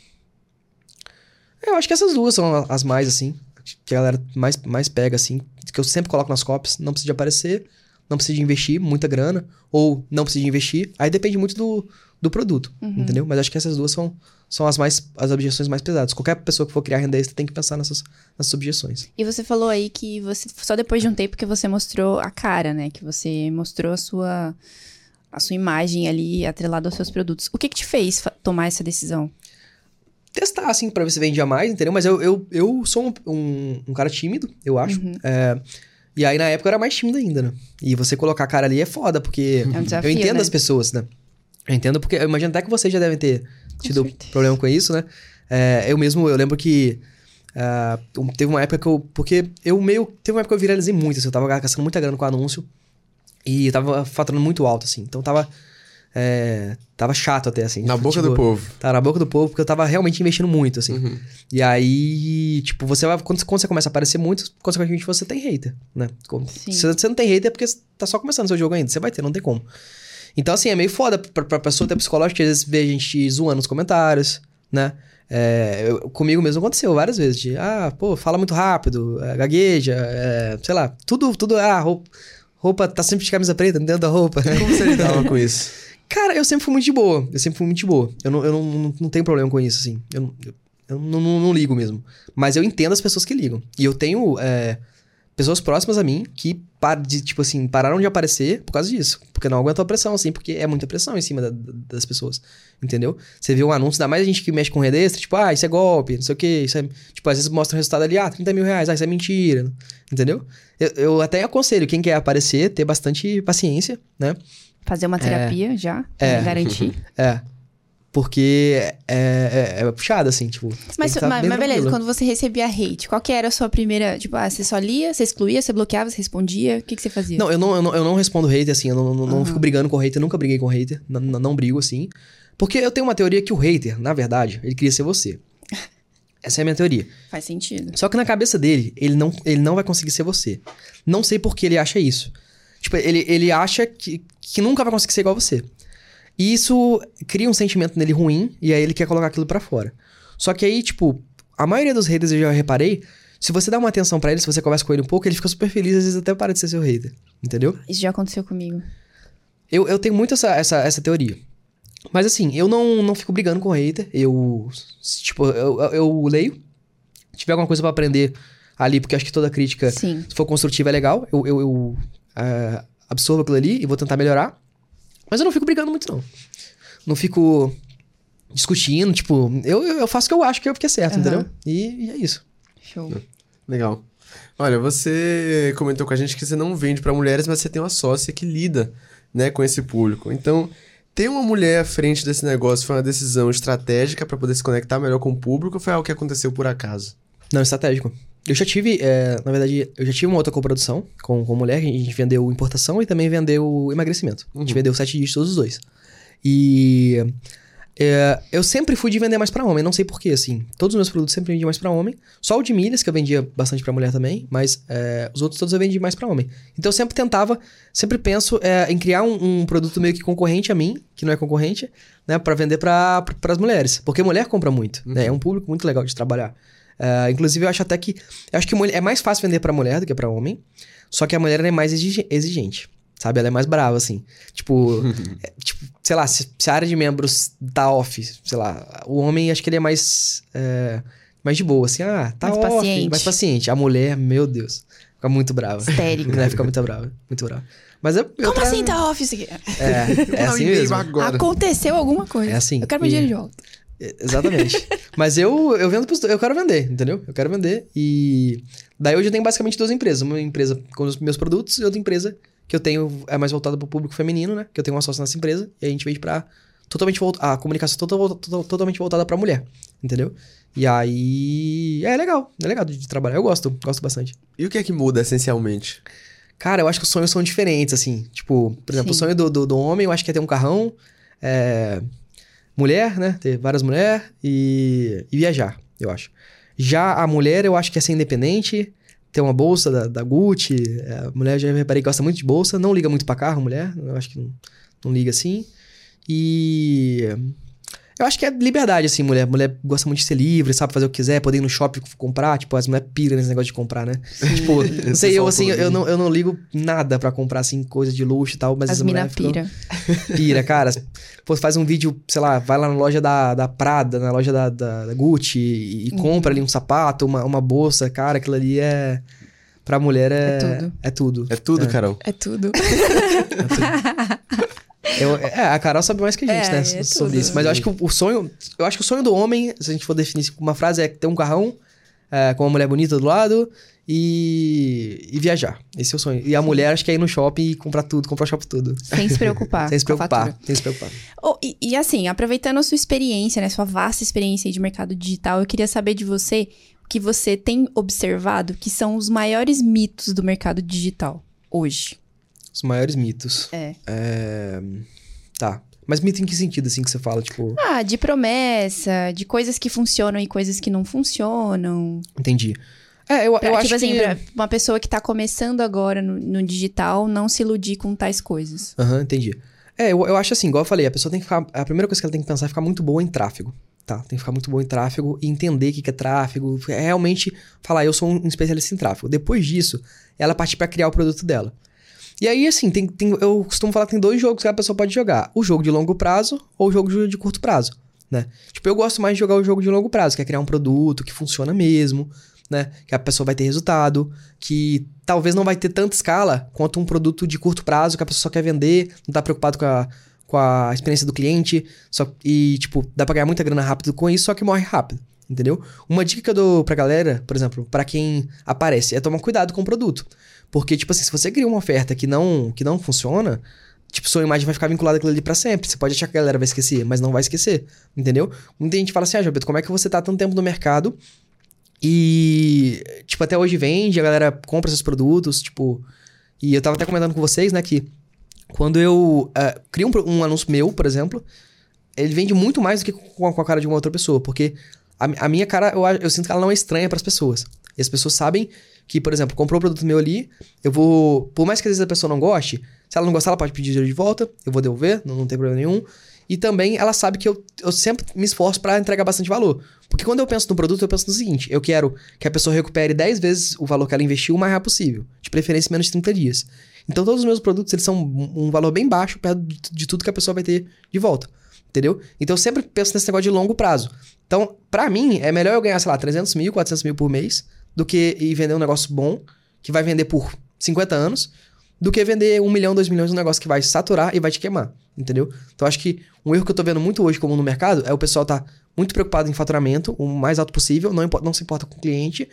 C: Eu acho que essas duas são as mais, assim, que a galera mais, mais pega, assim, que eu sempre coloco nas copies. Não precisa de aparecer, não precisa de investir muita grana, ou não precisa de investir. Aí depende muito do... do produto, uhum. entendeu? Mas acho que essas duas são, são as, mais, as objeções mais pesadas. Qualquer pessoa que for criar renda extra tem que pensar nessas, nessas objeções.
A: E você falou aí que você só depois de um tempo que você mostrou a cara, né? Que você mostrou a sua, a sua imagem ali atrelada aos seus produtos. O que que te fez tomar essa decisão?
C: Testar, assim, pra ver se vendia mais, entendeu? Mas eu, eu, eu sou um, um, um cara tímido, eu acho. Uhum. É, e aí, na época, eu era mais tímido ainda, né? E você colocar a cara ali é foda, porque é um desafio, eu entendo, né? As pessoas, né? Eu entendo, porque eu imagino até que vocês já devem ter tido problema com isso, né? É, eu mesmo, eu lembro que uh, teve uma época que eu... Porque eu meio... Teve uma época que eu viralizei muito, assim, eu tava gastando muita grana com anúncio e tava faturando muito alto, assim. Então tava... É, tava chato até, assim.
B: Na
C: tipo,
B: boca do povo.
C: Tava na boca do povo, porque eu tava realmente investindo muito, assim.
B: Uhum.
C: E aí, tipo, você vai... Quando, quando você começa a aparecer muito, consequentemente você tem hater, né? Se você não tem hater é porque tá só começando o seu jogo ainda. Você vai ter, não tem como. Então, assim, é meio foda pra, pra pessoa ter psicológico, que às vezes vê a gente zoando nos comentários, né? É, eu, comigo mesmo aconteceu várias vezes. De, ah, pô, fala muito rápido, é, gagueja, é, sei lá. Tudo, tudo, ah, roupa, roupa tá sempre de camisa preta dentro da roupa.
B: Como você lidava com isso?
C: Cara, eu sempre fui muito de boa. Eu sempre fui muito de boa. Eu não, eu não, não, não tenho problema com isso, assim. Eu, não, eu, eu não, não, não ligo mesmo. Mas eu entendo as pessoas que ligam. E eu tenho... É, pessoas próximas a mim que, de, tipo assim, pararam de aparecer por causa disso. Porque não aguentam a pressão, assim, porque é muita pressão em cima da, das pessoas. Entendeu? Você vê um anúncio, ainda mais a gente que mexe com renda extra, tipo, ah, isso é golpe, não sei o quê. Isso é... Tipo, às vezes mostra o resultado ali, ah, trinta mil reais, ah, isso é mentira. Entendeu? Eu, eu até aconselho quem quer aparecer, ter bastante paciência, né?
A: Fazer uma terapia é, já,
C: é,
A: garantir.
C: É. Porque é, é, é puxado, assim, tipo...
A: Mas, mas, mas beleza, quando você recebia hate, qual que era a sua primeira... Tipo, ah, você só lia, você excluía, você bloqueava, você respondia? O que, que você fazia?
C: Não, eu não, eu não, eu não respondo hater, assim, eu não, não, uhum. não fico brigando com hater, nunca briguei com hater, não, não, não brigo, assim. Porque eu tenho uma teoria que o hater, na verdade, ele queria ser você. Essa é a minha teoria.
A: Faz sentido.
C: Só que na cabeça dele, ele não, ele não vai conseguir ser você. Não sei por que ele acha isso. Tipo, ele, ele acha que, que nunca vai conseguir ser igual a você. E isso cria um sentimento nele ruim, e aí ele quer colocar aquilo pra fora. Só que aí, tipo, a maioria dos haters eu já reparei, se você dá uma atenção pra ele, se você conversa com ele um pouco, ele fica super feliz, às vezes até para de ser seu hater, entendeu?
A: Isso já aconteceu comigo.
C: Eu, eu tenho muito essa, essa, essa teoria. Mas assim, eu não, não fico brigando com hater, eu, tipo, eu, eu, eu leio, se tiver alguma coisa pra aprender ali, porque eu acho que toda crítica,
A: Sim.
C: se for construtiva, é legal, eu, eu, eu uh, absorvo aquilo ali e vou tentar melhorar, mas eu não fico brigando muito, não. Não fico discutindo, tipo, eu, eu faço o que eu acho que é o que é certo,
A: Uhum.
C: entendeu? E, e é isso.
A: Show.
B: Legal. Olha, você comentou com a gente que você não vende pra mulheres, mas você tem uma sócia que lida, né, com esse público. Então, ter uma mulher à frente desse negócio foi uma decisão estratégica pra poder se conectar melhor com o público ou foi algo que aconteceu por acaso?
C: Não, estratégico. Eu já tive, é, na verdade, eu já tive uma outra coprodução com, com mulher, que a gente vendeu importação e também vendeu emagrecimento.
B: Uhum.
C: A gente vendeu sete dígitos todos os dois. E é, eu sempre fui de vender mais pra homem, não sei porquê, assim. Todos os meus produtos sempre vendi mais pra homem. Só o de milhas, que eu vendia bastante pra mulher também, mas é, os outros todos eu vendi mais pra homem. Então eu sempre tentava, sempre penso é, em criar um, um produto meio que concorrente a mim, que não é concorrente, né, pra vender pra, pras mulheres. Porque mulher compra muito,
B: Uhum.
C: né? É um público muito legal de trabalhar. Uh, inclusive, eu acho até que... Eu acho que mulher, é mais fácil vender pra mulher do que pra homem. Só que a mulher é mais exige- exigente, sabe? Ela é mais brava, assim. Tipo, é, tipo sei lá, se, se a área de membros tá off, sei lá... O homem, acho que ele é mais... É, mais de boa, assim. Ah, tá
A: Mais
C: off.
A: paciente.
C: Mais paciente. A mulher, meu Deus. Fica muito brava.
A: Histérica.
C: Né? Fica muito brava. Muito brava. Mas eu... eu
A: Como
C: tra-
A: assim tá off isso aqui?
C: É, é
B: Não,
C: assim
B: e-mail
C: mesmo.
B: agora.
A: Aconteceu alguma coisa.
C: É assim.
A: Eu quero meu
C: E-
A: dinheiro de volta.
C: Exatamente. Mas eu, eu vendo pros dois, eu quero vender, entendeu? Eu quero vender. E daí hoje eu tenho basicamente duas empresas. Uma empresa com os meus produtos e outra empresa que eu tenho é mais voltada pro público feminino, né? Que eu tenho uma sócia nessa empresa. E a gente vende pra totalmente voltada. A comunicação total, total, totalmente voltada pra mulher. Entendeu? E aí. É legal. É legal de, de trabalhar. Eu gosto. Gosto bastante.
B: E o que é que muda essencialmente?
C: Cara, eu acho que os sonhos são diferentes, assim. Tipo, por exemplo,
A: Sim.
C: o sonho do, do, do homem, eu acho que é ter um carrão. É. Mulher, né? Ter várias mulheres e, e viajar, eu acho. Já a mulher, eu acho que é ser independente, ter uma bolsa da, da Gucci. É, a mulher, já reparei que gosta muito de bolsa, não liga muito pra carro, mulher. Eu acho que não, não liga assim. E... eu acho que é liberdade, assim, mulher. Mulher gosta muito de ser livre, sabe? Fazer o que quiser, poder ir no shopping comprar. Tipo, as mulheres piram nesse negócio de comprar, né? Tipo, não sei, eu assim, eu não, eu não ligo nada pra comprar, assim, coisa de luxo e tal. Mas
A: As
C: essa
A: mina
C: mulher ficam-
A: pira.
C: Pira, cara. Pô, faz um vídeo, sei lá, vai lá na loja da, da Prada, na loja da, da, da Gucci e, e
A: Uhum.
C: compra ali um sapato, uma, uma bolsa. Cara, aquilo ali é... Pra mulher é...
A: É tudo.
C: É tudo.
B: É tudo, Carol.
A: É tudo.
C: Eu- é, a Carol sabe mais que a gente,
A: É,
C: né?
A: é
C: Sobre
A: tudo.
C: isso. Mas eu acho que o, o sonho... Eu acho que o sonho do homem, se a gente for definir com uma frase, é ter um carrão é, com uma mulher bonita do lado e, e viajar. Esse é o sonho. E a mulher, acho que é ir no shopping e comprar tudo, comprar o shopping tudo.
A: Sem se preocupar.
C: Sem se
A: com a
C: preocupar.
A: fatura.
C: Sem se preocupar.
A: Oh, e, e assim, aproveitando a sua experiência, né? Sua vasta experiência aí de mercado digital, eu queria saber de você o que você tem observado que são os maiores mitos do mercado digital hoje.
C: Os maiores mitos.
A: É.
C: É... Tá. Mas mito em que sentido, assim, que você fala? Tipo...
A: Ah, de promessa, de coisas que funcionam e coisas que não funcionam.
C: Entendi. É, eu,
A: Pra,
C: eu
A: tipo
C: acho
A: assim,
C: que...
A: pra uma pessoa que tá começando agora no, no digital, não se iludir com tais coisas.
C: Aham, entendi. É, eu, eu acho assim, igual eu falei, a pessoa tem que ficar... A primeira coisa que ela tem que pensar é ficar muito boa em tráfego, tá? Tem que ficar muito boa em tráfego e entender o que que é tráfego. É realmente falar, eu sou um especialista em tráfego. Depois disso, ela partir pra criar o produto dela. E aí, assim, tem, tem, eu costumo falar que tem dois jogos que a pessoa pode jogar. O jogo de longo prazo ou o jogo de, de curto prazo, né? Tipo, eu gosto mais de jogar o jogo de longo prazo, que é criar um produto que funciona mesmo, né? Que a pessoa vai ter resultado, que talvez não vai ter tanta escala quanto um produto de curto prazo que a pessoa só quer vender, não tá preocupado com a, com a experiência do cliente, só, e, tipo, dá pra ganhar muita grana rápido com isso, só que morre rápido, entendeu? Uma dica que eu dou pra galera, por exemplo, pra quem aparece, é tomar cuidado com o produto. Porque, tipo assim, se você cria uma oferta que não, que não funciona, tipo, sua imagem vai ficar vinculada àquilo ali pra sempre. Você pode achar que a galera vai esquecer, mas não vai esquecer, entendeu? Muita gente fala assim, ah, João Pedro, como é que você tá há tanto tempo no mercado e, tipo, até hoje vende, a galera compra seus produtos, tipo... E eu tava até comentando com vocês, né, que quando eu uh, crio um, um anúncio meu, por exemplo, ele vende muito mais do que com a, com a cara de uma outra pessoa, porque a, a minha cara, eu, eu sinto que ela não é estranha pras pessoas. E as pessoas sabem que, por exemplo, comprou o produto meu ali, eu vou... Por mais que às vezes a pessoa não goste, se ela não gostar, ela pode pedir dinheiro de volta, eu vou devolver, não, não tem problema nenhum. E também ela sabe que eu, eu sempre me esforço pra entregar bastante valor. Porque quando eu penso no produto, eu penso no seguinte: eu quero que a pessoa recupere dez vezes o valor que ela investiu o mais rápido possível. De preferência, em menos de trinta dias. Então, todos os meus produtos, eles são um valor bem baixo perto de, de tudo que a pessoa vai ter de volta. Entendeu? Então, eu sempre penso nesse negócio de longo prazo. Então, pra mim, é melhor eu ganhar, sei lá, trezentos mil, quatrocentos mil por mês, do que ir vender um negócio bom, que vai vender por cinquenta anos, do que vender um milhão, dois milhões de um negócio que vai saturar e vai te queimar. Entendeu? Então, acho que um erro que eu tô vendo muito hoje comum no mercado é o pessoal tá muito preocupado em faturamento, o mais alto possível, não, não se importa com o cliente.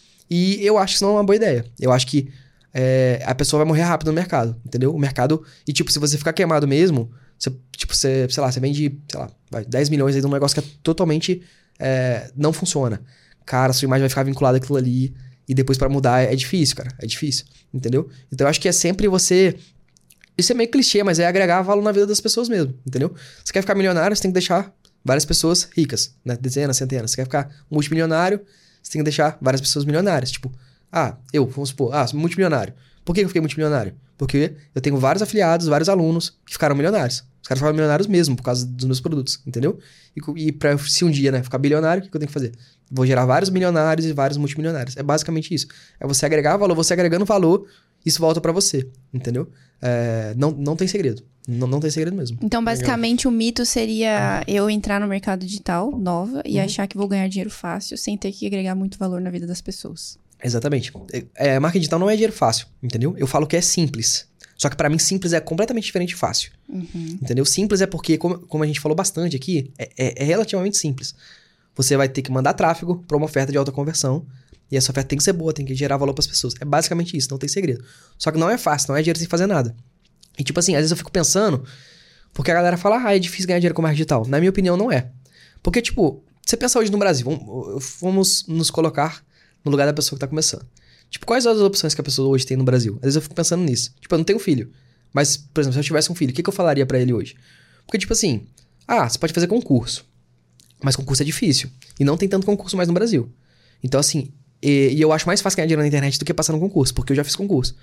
C: E eu acho que isso não é uma boa ideia. Eu acho que é, a pessoa vai morrer rápido no mercado, entendeu? O mercado... E, tipo, se você ficar queimado mesmo, você, tipo, você, sei lá, você vende, sei lá, vai, dez milhões aí de um negócio que é totalmente... É, não funciona. Cara, sua imagem vai ficar vinculada àquilo ali. E depois pra mudar é, é difícil, cara. É difícil, entendeu? Então, eu acho que é sempre você... Isso é meio clichê, mas é agregar valor na vida das pessoas mesmo, entendeu? Você quer ficar milionário, você tem que deixar várias pessoas ricas, né? Dezenas, centenas. Você quer ficar multimilionário, você tem que deixar várias pessoas milionárias. Tipo, ah, eu, vamos supor, ah, sou multimilionário. Por que eu fiquei multimilionário? Porque eu tenho vários afiliados, vários alunos que ficaram milionários. Os caras ficaram milionários mesmo por causa dos meus produtos, entendeu? E, e pra se um dia, né, ficar bilionário, o que eu tenho que fazer? Vou gerar vários milionários e vários multimilionários. É basicamente isso. É você agregar valor, você agregando valor, isso volta pra você, entendeu? É, não, não tem segredo. Não, não tem segredo mesmo.
A: Então, basicamente, Legal. O mito seria eu entrar no mercado digital, nova, e uhum. achar que vou ganhar dinheiro fácil, sem ter que agregar muito valor na vida das pessoas.
C: Exatamente. É, marketing digital não é dinheiro fácil, entendeu? Eu falo que é simples. Só que pra mim, simples é completamente diferente de fácil.
A: Uhum.
C: Entendeu? Simples é porque, como, como a gente falou bastante aqui, é, é, é relativamente simples. Você vai ter que mandar tráfego pra uma oferta de alta conversão. E essa oferta tem que ser boa, tem que gerar valor pras pessoas. É basicamente isso, não tem segredo. Só que não é fácil, não é dinheiro sem fazer nada. E tipo assim, às vezes eu fico pensando, porque a galera fala, ah, é difícil ganhar dinheiro com marketing digital. Na minha opinião, não é. Porque, tipo, você pensa hoje no Brasil, vamos, vamos nos colocar no lugar da pessoa que tá começando. Tipo, quais as opções que a pessoa hoje tem no Brasil? Às vezes eu fico pensando nisso. Tipo, eu não tenho filho. Mas, por exemplo, se eu tivesse um filho, o que, que eu falaria pra ele hoje? Porque, tipo assim, ah, você pode fazer concurso. Mas concurso é difícil. E não tem tanto concurso mais no Brasil. Então, assim, e, e eu acho mais fácil ganhar dinheiro na internet do que passar no concurso. Porque eu já fiz concurso.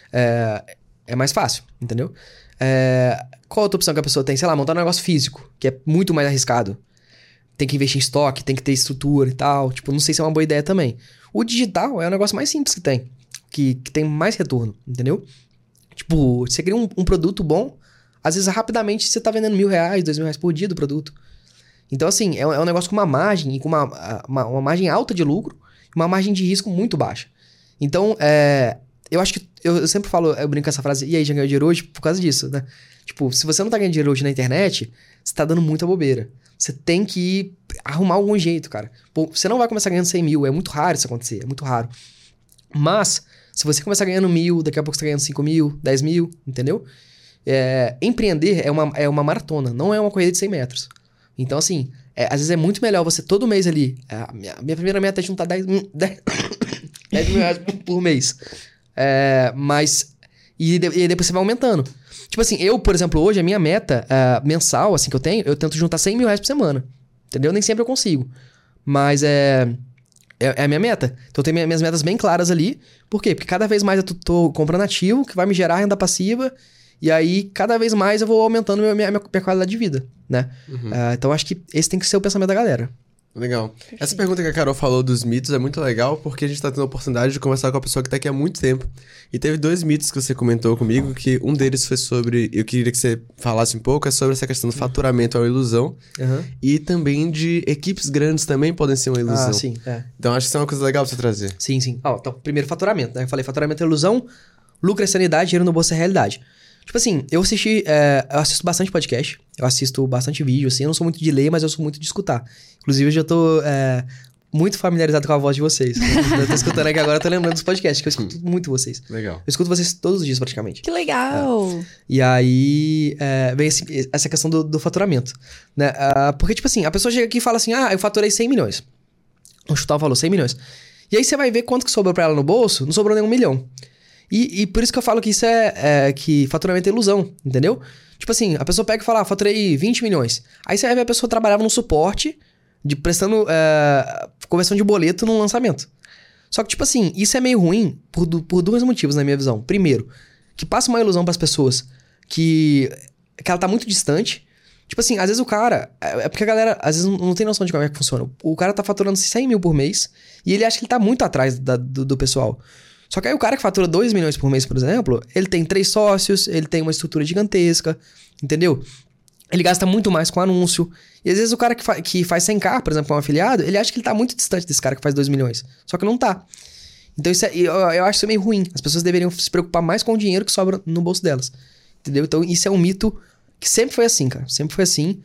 C: É, é mais fácil, entendeu? É, qual outra opção que a pessoa tem? Sei lá, montar um negócio físico, que é muito mais arriscado. Tem que investir em estoque, tem que ter estrutura e tal. Tipo, não sei se é uma boa ideia também. O digital é o negócio mais simples que tem. Que, que tem mais retorno, entendeu? Tipo, você cria um, um produto bom, às vezes rapidamente você tá vendendo mil reais, dois mil reais por dia do produto. Então, assim, é, é um negócio com uma margem, e com uma, uma, uma margem alta de lucro, e uma margem de risco muito baixa. Então, é, eu acho que, eu, eu sempre falo, eu brinco com essa frase, e aí, já ganhou dinheiro hoje? Por causa disso, né? Tipo, se você não tá ganhando dinheiro hoje na internet, você tá dando muita bobeira. Você tem que arrumar algum jeito, cara. Pô, você não vai começar ganhando cem mil, é muito raro isso acontecer, é muito raro. Mas, se você começar ganhando mil, daqui a pouco você tá ganhando cinco mil, dez mil, entendeu? É, empreender é uma, é uma maratona, não é uma corrida de cem metros. Então, assim, é, às vezes é muito melhor você todo mês ali... A minha, minha primeira meta é juntar dez mil reais por mês. É, mas... E, de, e depois você vai aumentando. Tipo assim, eu, por exemplo, hoje, a minha meta uh, mensal, assim, que eu tenho, eu tento juntar cem mil reais por semana. Entendeu? Nem sempre eu consigo. Mas é... É, é a minha meta. Então eu tenho minhas metas bem claras ali. Por quê? Porque cada vez mais eu tô, tô comprando ativo, que vai me gerar renda passiva. E aí, cada vez mais eu vou aumentando minha, minha, minha qualidade de vida, né? Uhum. Uh, então, acho que esse tem que ser o pensamento da galera.
B: Legal. Perfeito. Essa pergunta que a Carol falou dos mitos é muito legal, porque a gente tá tendo a oportunidade de conversar com a pessoa que tá aqui há muito tempo. E teve dois mitos que você comentou comigo, que um deles foi sobre... Eu queria que você falasse um pouco, é sobre essa questão do faturamento é uma ilusão. Uhum. E também de equipes grandes também podem ser uma ilusão.
C: Ah, sim. É.
B: Então, acho que isso é uma coisa legal pra você trazer.
C: Sim, sim. Ó, então, primeiro, faturamento, né? Eu falei, faturamento é ilusão, lucro é sanidade, dinheiro no bolso é realidade. Tipo assim, eu assisti... É, eu assisto bastante podcast, eu assisto bastante vídeo, assim. Eu não sou muito de ler, mas eu sou muito de escutar. Inclusive, eu já tô é, muito familiarizado com a voz de vocês. Eu tô escutando aqui agora, eu tô lembrando dos podcasts, que eu escuto muito vocês.
B: Legal.
C: Eu escuto vocês todos os dias, praticamente.
A: Que legal!
C: É. E aí, é, vem esse, essa questão do, do faturamento, né? Uh, porque, tipo assim, a pessoa chega aqui e fala assim, ah, eu faturei cem milhões. Vamos chutar o valor, cem milhões. E aí você vai ver quanto que sobrou pra ela no bolso, não sobrou nenhum milhão. E, e por isso que eu falo que isso é, é... que faturamento é ilusão, entendeu? Tipo assim, a pessoa pega e fala, ah, faturei vinte milhões. Aí você vai ver a pessoa trabalhava no suporte, de, prestando é, conversão de boleto no lançamento. Só que, tipo assim, isso é meio ruim por, du- por dois motivos, na minha visão. Primeiro, que passa uma ilusão pras pessoas que, que ela tá muito distante. Tipo assim, às vezes o cara... É é porque a galera, às vezes, não, não tem noção de como é que funciona. O cara tá faturando cem mil por mês e ele acha que ele tá muito atrás da- do, do pessoal. Só que aí o cara que fatura dois milhões por mês, por exemplo, ele tem três sócios, ele tem uma estrutura gigantesca, entendeu? Ele gasta muito mais com anúncio. E às vezes o cara que, fa que faz cem K, por exemplo, com um afiliado, ele acha que ele tá muito distante desse cara que faz dois milhões. Só que não tá. Então isso é, eu, eu acho isso meio ruim. As pessoas deveriam se preocupar mais com o dinheiro que sobra no bolso delas. Entendeu? Então isso é um mito que sempre foi assim, cara. Sempre foi assim.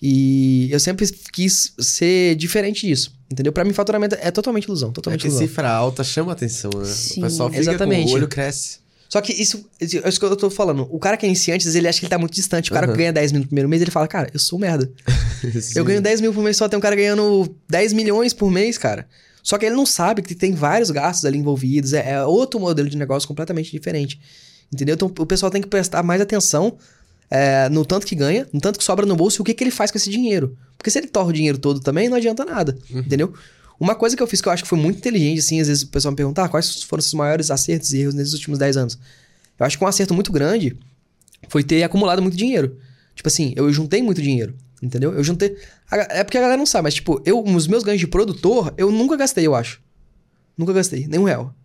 C: E eu sempre quis ser diferente disso. Entendeu? Pra mim, faturamento é totalmente ilusão.
B: É
C: Totalmente
B: que
C: ilusão.
B: cifra alta chama atenção, né?
A: Sim.
B: O pessoal fica
C: Exatamente.
B: com o olho cresce.
C: Só que isso, isso é isso que eu tô falando. O cara que é iniciante, às vezes ele acha que ele tá muito distante. O cara
B: Uhum.
C: que ganha dez mil no primeiro mês, ele fala, cara, eu sou um merda. Eu
B: Sim.
C: ganho dez mil por mês, só tem um cara ganhando dez milhões por mês, cara. Só que ele não sabe que tem vários gastos ali envolvidos. É, é outro modelo de negócio completamente diferente. Entendeu? Então o pessoal tem que prestar mais atenção é, no tanto que ganha, no tanto que sobra no bolso e o que, que ele faz com esse dinheiro. Porque se ele torra o dinheiro todo também, não adianta nada.
B: Uhum.
C: Entendeu? Uma coisa que eu fiz que eu acho que foi muito inteligente, assim, às vezes o pessoal me pergunta, ah, quais foram os maiores acertos e erros nesses últimos dez anos? Eu acho que um acerto muito grande foi ter acumulado muito dinheiro. Tipo assim, eu juntei muito dinheiro, entendeu? Eu juntei... É porque a galera não sabe, mas tipo, eu, os meus ganhos de produtor, eu nunca gastei, eu acho. Nunca gastei, nem um real.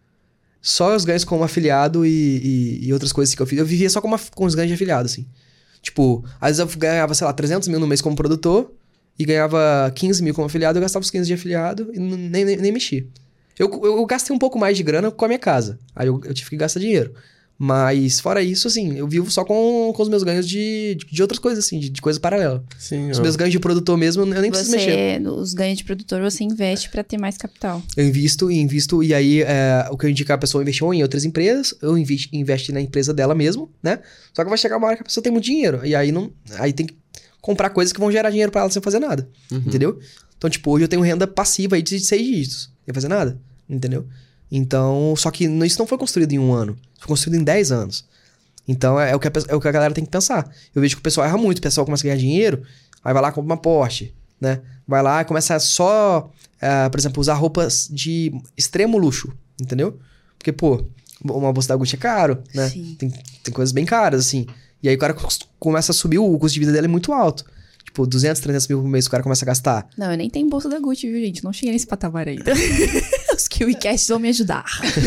C: Só os ganhos como afiliado e, e, e outras coisas que eu fiz. Eu vivia só com, uma, com os ganhos de afiliado, assim. Tipo, às vezes eu ganhava, sei lá, trezentos mil no mês como produtor e ganhava quinze mil como afiliado, eu gastava os quinze de afiliado e n- nem, nem, nem mexia. Eu, eu, eu gastei um pouco mais de grana com a minha casa. Aí eu, eu tive que gastar dinheiro. Mas, fora isso, assim, eu vivo só com, com os meus ganhos de, de, de outras coisas, assim, de, de coisa paralela.
B: Sim,
C: Os
B: eu-
C: meus ganhos de produtor mesmo, eu nem preciso mexer.
A: Você, os ganhos de produtor, você investe pra ter mais capital.
C: Eu invisto e invisto, e aí é, o que eu indico a pessoa investir ou em outras empresas, eu investi, investe na empresa dela mesmo, né? Só que vai chegar uma hora que a pessoa tem muito dinheiro, e aí não. Aí tem que comprar coisas que vão gerar dinheiro pra ela sem fazer nada.
B: Uhum.
C: Entendeu? Então, tipo, hoje eu tenho renda passiva aí de seis dígitos, sem fazer nada. Entendeu? Então, só que isso não foi construído em um ano, foi construído em dez anos. Então, é, é, o que a, pe- é o que a galera tem que pensar. Eu vejo que o pessoal erra muito, o pessoal começa a ganhar dinheiro, aí vai lá e compra uma Porsche, né? Vai lá e começa a só, eh, por exemplo, usar roupas de extremo luxo, entendeu? Porque, pô, uma bolsa da Gucci é caro, né?
A: Sim.
C: Tem, tem coisas bem caras, assim. E aí o cara cos- começa a subir, o custo de vida dele é muito alto. Tipo, duzentos, trezentos mil por mês o cara começa a gastar.
A: Não, eu nem tenho bolsa da Gucci, viu, gente? Não cheguei nesse patamar ainda. Os KiwiCasts vão me ajudar.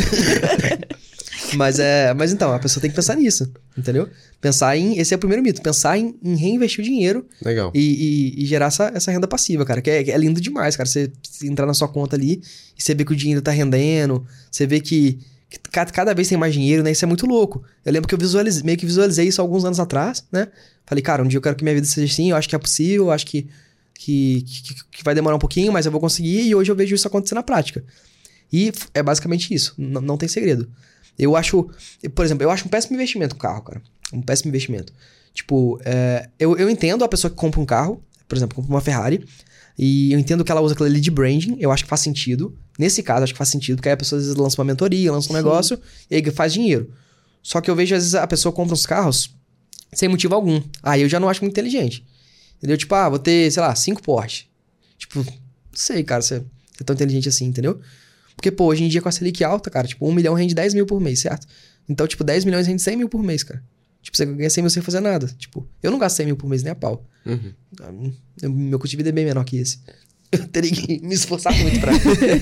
C: Mas é. Mas então, a pessoa tem que pensar nisso, entendeu? Pensar em. Esse é o primeiro mito. Pensar em, em reinvestir o dinheiro
B: Legal.
C: e, e- e gerar essa, essa renda passiva, cara. Que é, que é lindo demais, cara. Você entrar na sua conta ali e você vê que o dinheiro tá rendendo. Você vê que, que ca- cada vez tem mais dinheiro, né? Isso é muito louco. Eu lembro que eu visualizei, meio que visualizei isso alguns anos atrás, né? Falei, cara, um dia eu quero que minha vida seja assim. Eu acho que é possível, eu acho que, que, que, que vai demorar um pouquinho, mas eu vou conseguir. E hoje eu vejo isso acontecer na prática. E f- é basicamente isso. N- não tem segredo. Eu acho, por exemplo, eu acho um péssimo investimento o carro, cara. Um péssimo investimento. Tipo, é, eu, eu entendo a pessoa que compra um carro, por exemplo, compra uma Ferrari, e eu entendo que ela usa aquilo ali de branding, eu acho que faz sentido. Nesse caso, acho que faz sentido, porque aí a pessoa às vezes lança uma mentoria, lança um
A: Sim.
C: negócio, e aí faz dinheiro. Só que eu vejo, às vezes, a pessoa compra uns carros sem motivo algum. Aí eu já não acho muito inteligente. Entendeu? Tipo, ah, vou ter, sei lá, cinco Porsche. Tipo, não sei, cara, você é tão inteligente assim, entendeu? Porque, pô, hoje em dia com a Selic alta, cara, tipo, um milhão rende dez mil por mês, certo? Então, tipo, dez milhões rende cem mil por mês, cara. Tipo, você ganha cem mil sem fazer nada. Tipo, eu não gasto cem mil por mês nem a pau.
B: Uhum.
C: Eu- Meu custo de vida é bem menor que esse. Eu teria que me esforçar muito pra...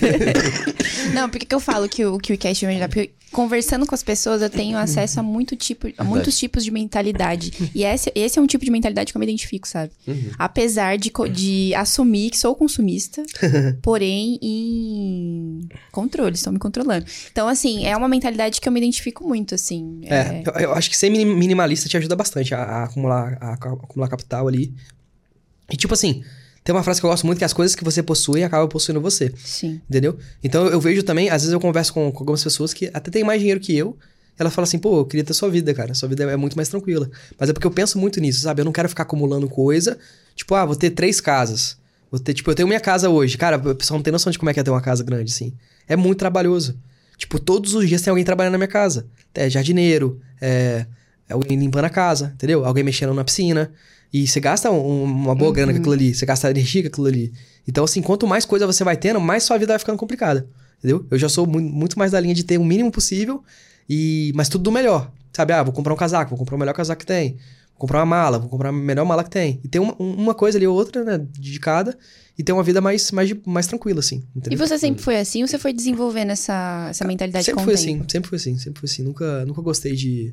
A: Não, por que que eu falo que o KiwiCast vai me ajudar? Porque conversando com as pessoas, eu tenho acesso a, muito tipo, a muitos tipos de mentalidade. E esse, esse é um tipo de mentalidade que eu me identifico, sabe?
B: Uhum.
A: Apesar de, co- de assumir que sou consumista, porém em controle, estão me controlando. Então, assim, é uma mentalidade que eu me identifico muito, assim.
C: É, eu, eu acho que ser mini- minimalista te ajuda bastante a, a acumular, a, a acumular capital ali. E tipo assim, tem uma frase que eu gosto muito, que as coisas que você possui acabam possuindo você.
A: Sim.
C: Entendeu? Então eu vejo também, às vezes eu converso com, com algumas pessoas que até têm mais dinheiro que eu. Ela fala assim, pô, eu queria ter sua vida, cara. Sua vida é muito mais tranquila. Mas é porque eu penso muito nisso, sabe? Eu não quero ficar acumulando coisa. Tipo, ah, vou ter três casas. Vou ter, tipo, eu tenho minha casa hoje. Cara, o pessoal não tem noção de como é que é ter uma casa grande, assim. É muito trabalhoso. Tipo, todos os dias tem alguém trabalhando na minha casa. É jardineiro, é, é alguém limpando a casa, entendeu? Alguém mexendo na piscina. E você gasta um- uma boa grana com aquilo ali. Você gasta energia com aquilo ali. Então, assim, quanto mais coisa você vai tendo, mais sua vida vai ficando complicada. entendeu? Eu já sou mu- muito mais da linha de ter o mínimo possível, e mas tudo do melhor, sabe? Ah, vou comprar um casaco, vou comprar o melhor casaco que tem. Vou comprar uma mala, vou comprar a melhor mala que tem. E tem uma, uma coisa ali ou outra, né, de cada, e ter uma vida mais, mais, mais tranquila, assim. Entendeu?
A: E você sempre foi assim ou você foi desenvolvendo essa, essa mentalidade
C: sempre
A: com
C: foi
A: o tempo?
C: assim, sempre foi assim, sempre foi assim. Nunca, nunca gostei de,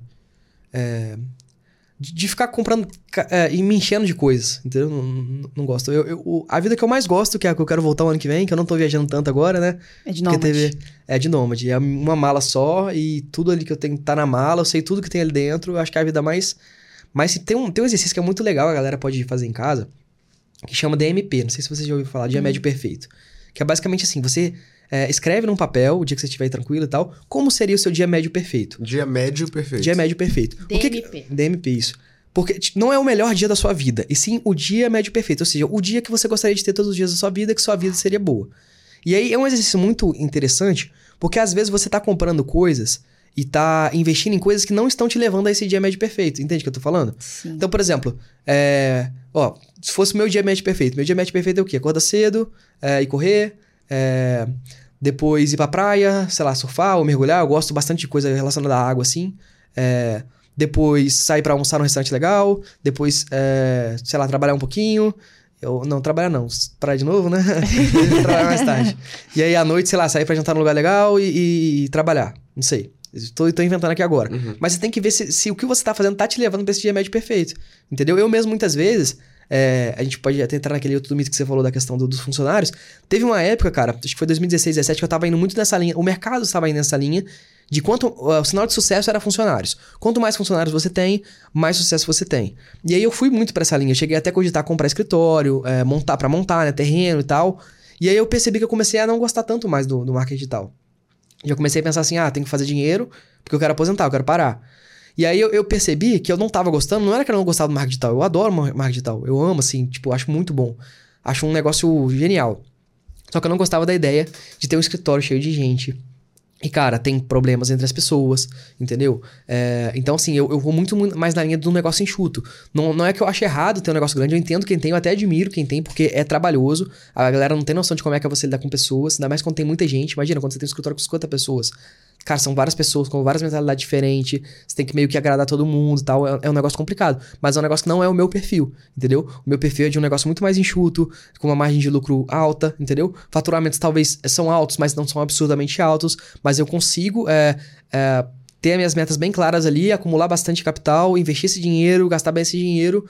C: é, de, de ficar comprando é, e me enchendo de coisas, entendeu? Não, não, não gosto. Eu, eu, a vida que eu mais gosto, que é a que eu quero voltar o ano que vem, que eu não tô viajando tanto agora, né?
A: É de
C: Porque
A: nômade.
C: teve, é de nômade. É uma mala só e tudo ali que eu tenho tá na mala, eu sei tudo que tem ali dentro. Eu acho que é a vida mais... Mas tem um, tem um exercício que é muito legal, a galera pode fazer em casa, que chama D M P. Não sei se você já ouviu falar, Dia
A: Hum.
C: Médio Perfeito. Que é basicamente assim, você é, escreve num papel, o dia que você estiver tranquilo e tal, como seria o seu dia médio perfeito.
B: Dia médio perfeito.
C: Dia médio perfeito. O que
A: D M P.
C: que- D M P, isso. Porque t- não é o melhor dia da sua vida, e sim o dia médio perfeito. Ou seja, o dia que você gostaria de ter todos os dias da sua vida, que sua vida seria boa. E aí é um exercício muito interessante, porque às vezes você tá comprando coisas e tá investindo em coisas que não estão te levando a esse dia médio perfeito. Entende o que eu tô falando?
A: Sim.
C: Então, por exemplo, é, ó, se fosse o meu dia médio perfeito, meu dia médio perfeito é o quê? Acordar cedo, é, ir correr, é, depois ir pra praia, sei lá, surfar ou mergulhar. Eu gosto bastante de coisa relacionada à água, assim. É, depois sair pra almoçar num restaurante legal, depois, é, sei lá, trabalhar um pouquinho. Eu, não, trabalhar não, parar de novo, né? Trabalhar mais tarde. E aí, à noite, sei lá, sair pra jantar num lugar legal e, e- e trabalhar. Não sei. Tô, tô inventando aqui agora.
B: Uhum.
C: Mas você tem que ver se, se o que você tá fazendo tá te levando pra esse dia médio perfeito. Entendeu? Eu mesmo, muitas vezes, é, a gente pode até entrar naquele outro mito que você falou da questão do- dos funcionários. Teve uma época, cara, acho que foi dois mil e dezesseis, dezessete, que eu tava indo muito nessa linha. O mercado estava indo nessa linha de quanto... O sinal de sucesso era funcionários. Quanto mais funcionários você tem, mais sucesso você tem. E aí eu fui muito pra essa linha. Eu cheguei até a cogitar comprar escritório, é, montar pra montar, né? Terreno e tal. E aí eu percebi que eu comecei a não gostar tanto mais do, do marketing digital. Já comecei a pensar assim, ah, tenho que fazer dinheiro, porque eu quero aposentar, eu quero parar. E aí eu, eu percebi que eu não tava gostando, não era que eu não gostava do marketing digital, eu adoro mar- marketing digital, eu amo, assim, tipo, acho muito bom. Acho um negócio genial. Só que eu não gostava da ideia de ter um escritório cheio de gente. E, cara, tem problemas entre as pessoas, entendeu? É, então, assim, eu, eu vou muito, muito mais na linha do negócio enxuto. Não, não é que eu acho errado ter um negócio grande, eu entendo quem tem, eu até admiro quem tem, porque é trabalhoso. A galera não tem noção de como é que é você lidar com pessoas, ainda mais quando tem muita gente. Imagina, quando você tem um escritório com cinquenta pessoas. Cara, são várias pessoas com várias mentalidades diferentes, você tem que meio que agradar todo mundo e tal, é, é um negócio complicado. Mas é um negócio que não é o meu perfil, entendeu? O meu perfil é de um negócio muito mais enxuto, com uma margem de lucro alta, entendeu? Faturamentos talvez são altos, mas não são absurdamente altos, mas eu consigo é, é, ter as minhas metas bem claras ali, acumular bastante capital, investir esse dinheiro, gastar bem esse dinheiro.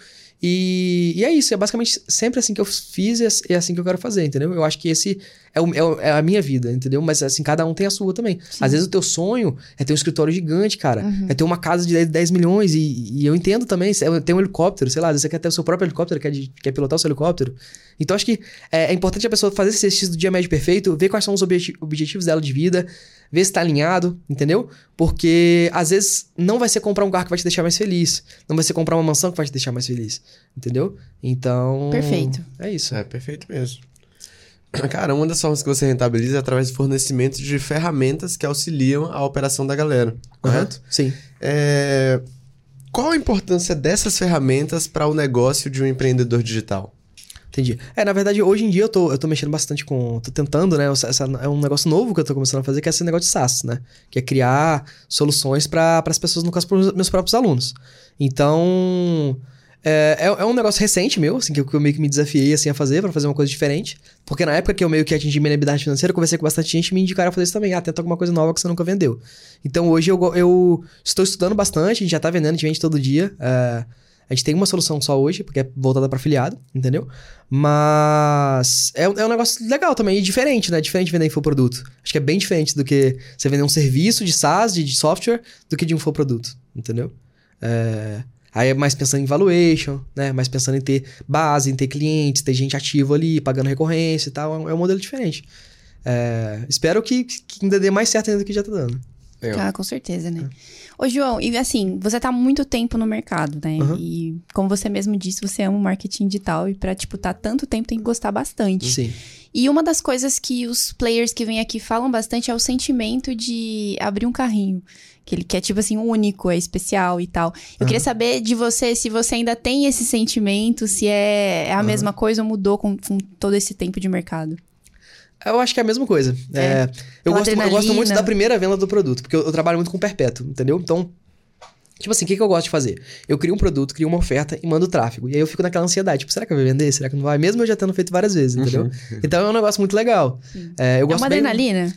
C: E, e é isso, é basicamente sempre assim que eu fiz e é assim que eu quero fazer, entendeu? Eu acho que esse é, o, é, o, é a minha vida, entendeu? Mas assim, cada um tem a sua também.
A: Sim.
C: Às vezes o teu sonho é ter um escritório gigante, cara.
A: Uhum.
C: É ter uma casa de dez milhões e, e eu entendo também, é ter um helicóptero, sei lá, às vezes você quer ter o seu próprio helicóptero, quer, de, quer pilotar o seu helicóptero. Então acho que é, é importante a pessoa fazer esse exercício do dia médio perfeito, ver quais são os obje- objetivos dela de vida, ver se tá alinhado, entendeu? Porque às vezes não vai ser comprar um carro que vai te deixar mais feliz. Não vai ser comprar uma mansão que vai te deixar mais feliz. Entendeu? Então...
A: Perfeito.
C: É isso.
B: É, perfeito mesmo. Cara, uma das formas que você rentabiliza é através do fornecimento de ferramentas que auxiliam a operação da galera, correto?
C: Uhum. Sim.
B: É... Qual a importância dessas ferramentas para o negócio de um empreendedor digital?
C: Entendi. É, na verdade, hoje em dia eu tô, eu tô mexendo bastante com... Tô tentando, né? Essa, essa- é um negócio novo que eu tô começando a fazer, que é esse negócio de SaaS, né? Que é criar soluções para as pessoas, no caso, para os meus próprios alunos. Então... É, é, é um negócio recente meu, assim, que eu, que eu meio que me desafiei, assim, a fazer, para fazer uma coisa diferente. Porque na época que eu meio que atingi minha liberdade financeira, eu conversei com bastante gente e me indicaram a fazer isso também. Ah, tenta alguma coisa nova que você nunca vendeu. Então, hoje eu, go- eu estou estudando bastante, a gente já tá vendendo, a gente vende todo dia. É, a gente tem uma solução só hoje, porque é voltada para afiliado, entendeu? Mas é, um- é um negócio legal também, e diferente, né? Diferente de vender infoproduto. Acho que é bem diferente do que você vender um serviço de SaaS, de, de software, do que de infoproduto, entendeu? É... Aí é mais pensando em valuation, né? Mais pensando em ter base, em ter clientes, ter gente ativa ali, pagando recorrência e tal. É um modelo diferente. É, espero que, que ainda dê mais certo ainda do que já tá dando.
B: Legal.
A: Ah, com certeza, né? Ô, João, e assim, você tá há muito tempo no mercado, né?
C: Uhum.
A: E como você mesmo disse, você ama o marketing digital e pra, tipo, tá tanto tempo tem que gostar bastante.
C: Sim.
A: E uma das coisas que os players que vêm aqui falam bastante é o sentimento de abrir um carrinho. Que ele que é, tipo assim, único, é especial e tal. Eu
C: Uhum.
A: queria saber de você se você ainda tem esse sentimento, se é, é a
C: Uhum.
A: mesma coisa ou mudou com, com todo esse tempo de mercado.
C: Eu acho que é a mesma coisa.
A: É.
C: É, eu, gosto, eu gosto
A: adrenalina.
C: muito da primeira venda do produto, porque eu, eu trabalho muito com perpétuo, entendeu? Então, tipo assim, o que, que eu gosto de fazer? Eu crio um produto, crio uma oferta e mando tráfego. E aí eu fico naquela ansiedade, tipo, será que vai vender? Será que não vai? Mesmo eu já tendo feito várias vezes, entendeu? Então é um negócio muito legal. É, eu
A: É
C: gosto
A: uma
C: bem-
A: adrenalina?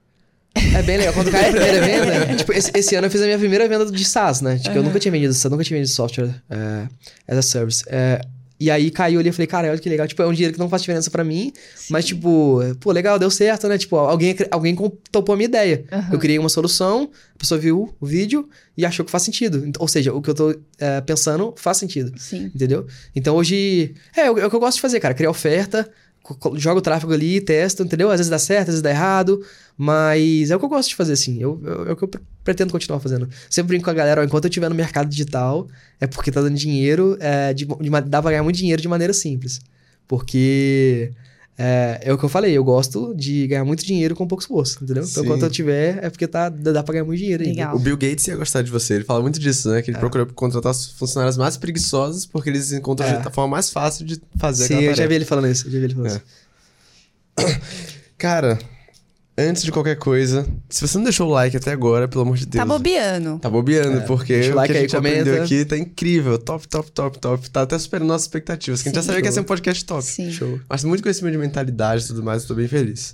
C: É bem legal. Quando cai a primeira venda... tipo, esse, esse ano eu fiz a minha primeira venda de SaaS, né? Tipo, eu nunca tinha vendido SaaS, nunca tinha vendido software é, as a service. É, e aí caiu ali, eu falei, cara, olha que legal. Tipo, é um dinheiro que não faz diferença pra mim, mas tipo, pô, legal, deu certo, né? Tipo, alguém, alguém topou a minha ideia.
A: Uhum.
C: Eu criei uma solução, a pessoa viu o vídeo e achou que faz sentido. Ou seja, o que eu tô é, pensando faz sentido.
A: Sim.
C: Entendeu? Então hoje... É, é o que eu gosto de fazer, cara. Criar oferta, co- jogo o tráfego ali, testo, entendeu? Às vezes dá certo, às vezes dá errado. Mas é o que eu gosto de fazer, assim. Eu, eu- é o que eu pre- pretendo continuar fazendo. Sempre brinco com a galera, ó, enquanto eu estiver no mercado digital, é porque tá dando dinheiro, é, de, de, ma- dá pra ganhar muito dinheiro de maneira simples. Porque... É, é o que eu falei, eu gosto de ganhar muito dinheiro com pouco esforço, entendeu? Então,
B: Sim.
C: enquanto eu tiver, é porque tá, dá pra ganhar muito dinheiro ainda.
A: Legal.
B: O Bill Gates ia gostar de você. Ele fala muito disso, né? Que ele procura contratar os funcionários mais preguiçosos porque eles encontram
C: É.
B: a forma mais fácil de fazer
C: Sim,
B: aquela
C: eu já
B: tarefa.
C: vi ele falando isso, eu já vi ele falando
B: É.
C: isso.
B: Cara, antes de qualquer coisa, se você não deixou o like até agora, pelo amor de Deus...
A: Tá bobeando.
B: Tá bobeando,
C: É,
B: porque
C: deixa o
B: o
C: like
B: que a
C: aí,
B: gente aprendeu
C: comenta.
B: aqui tá incrível. Top, top, top, top. Tá até superando nossas expectativas. Que a gente já
A: Sim.
B: sabia que ia
C: Show.
B: ser um podcast top.
A: Sim.
C: Show.
B: Mas muito conhecimento de mentalidade e tudo mais, eu tô bem feliz.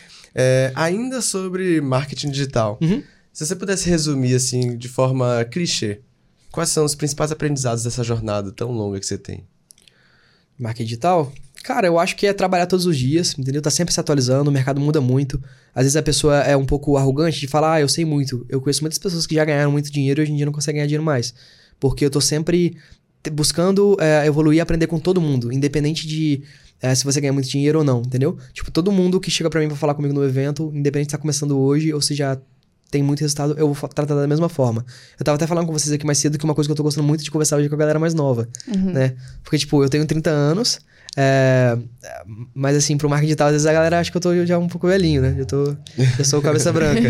B: É, ainda sobre marketing digital,
C: Uhum.
B: se você pudesse resumir, assim, de forma clichê, quais são os principais aprendizados dessa jornada tão longa que você tem?
C: Marketing digital? Cara, eu acho que é trabalhar todos os dias, entendeu? Tá sempre se atualizando, o mercado muda muito. Às vezes a pessoa é um pouco arrogante de falar, ah, eu sei muito. Eu conheço muitas pessoas que já ganharam muito dinheiro e hoje em dia não conseguem ganhar dinheiro mais. Porque eu tô sempre te- buscando é, evoluir e aprender com todo mundo, independente de é, se você ganha muito dinheiro ou não, entendeu? Tipo, todo mundo que chega pra mim pra falar comigo no evento, independente se tá começando hoje ou se já tem muito resultado, eu vou fa- tratar da mesma forma. Eu tava até falando com vocês aqui mais cedo que uma coisa que eu tô gostando muito de conversar hoje é com a galera mais nova, né? Porque, tipo, eu tenho trinta anos, é, mas assim, pro marketing digital, às vezes a galera acha que eu tô já um pouco velhinho, né? Eu, tô, eu sou cabeça branca.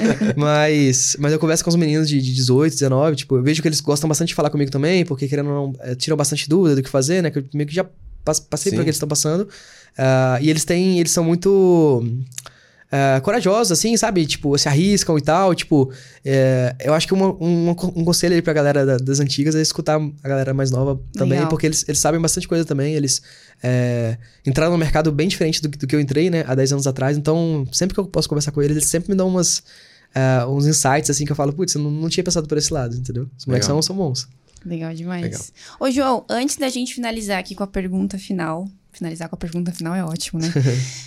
C: mas, mas eu converso com os meninos de, de dezoito, dezenove, tipo, eu vejo que eles gostam bastante de falar comigo também, porque querendo ou não, é, tiram bastante dúvida do que fazer, né? Que eu meio que já pas- passei por
B: Sim.
C: o que eles estão passando. Ah, e eles têm, eles são muito... Uh, corajosos, assim, sabe? Tipo, se arriscam e tal. Tipo, é, eu acho que uma, um, um conselho aí pra galera da- das antigas é escutar a galera mais nova também,
A: Legal.
C: porque eles, eles sabem bastante coisa também. Eles é, entraram no mercado bem diferente do, que- do que eu entrei, né? Há dez anos atrás. Então, sempre que eu posso conversar com eles, eles sempre me dão umas, uh, uns insights, assim, que eu falo, putz, eu não, não tinha pensado por esse lado, entendeu? Os moleques
B: Legal.
C: são, são bons.
A: Legal demais.
B: Legal.
A: Ô, João, antes da gente finalizar aqui com a pergunta final... Finalizar com a pergunta final é ótimo, né?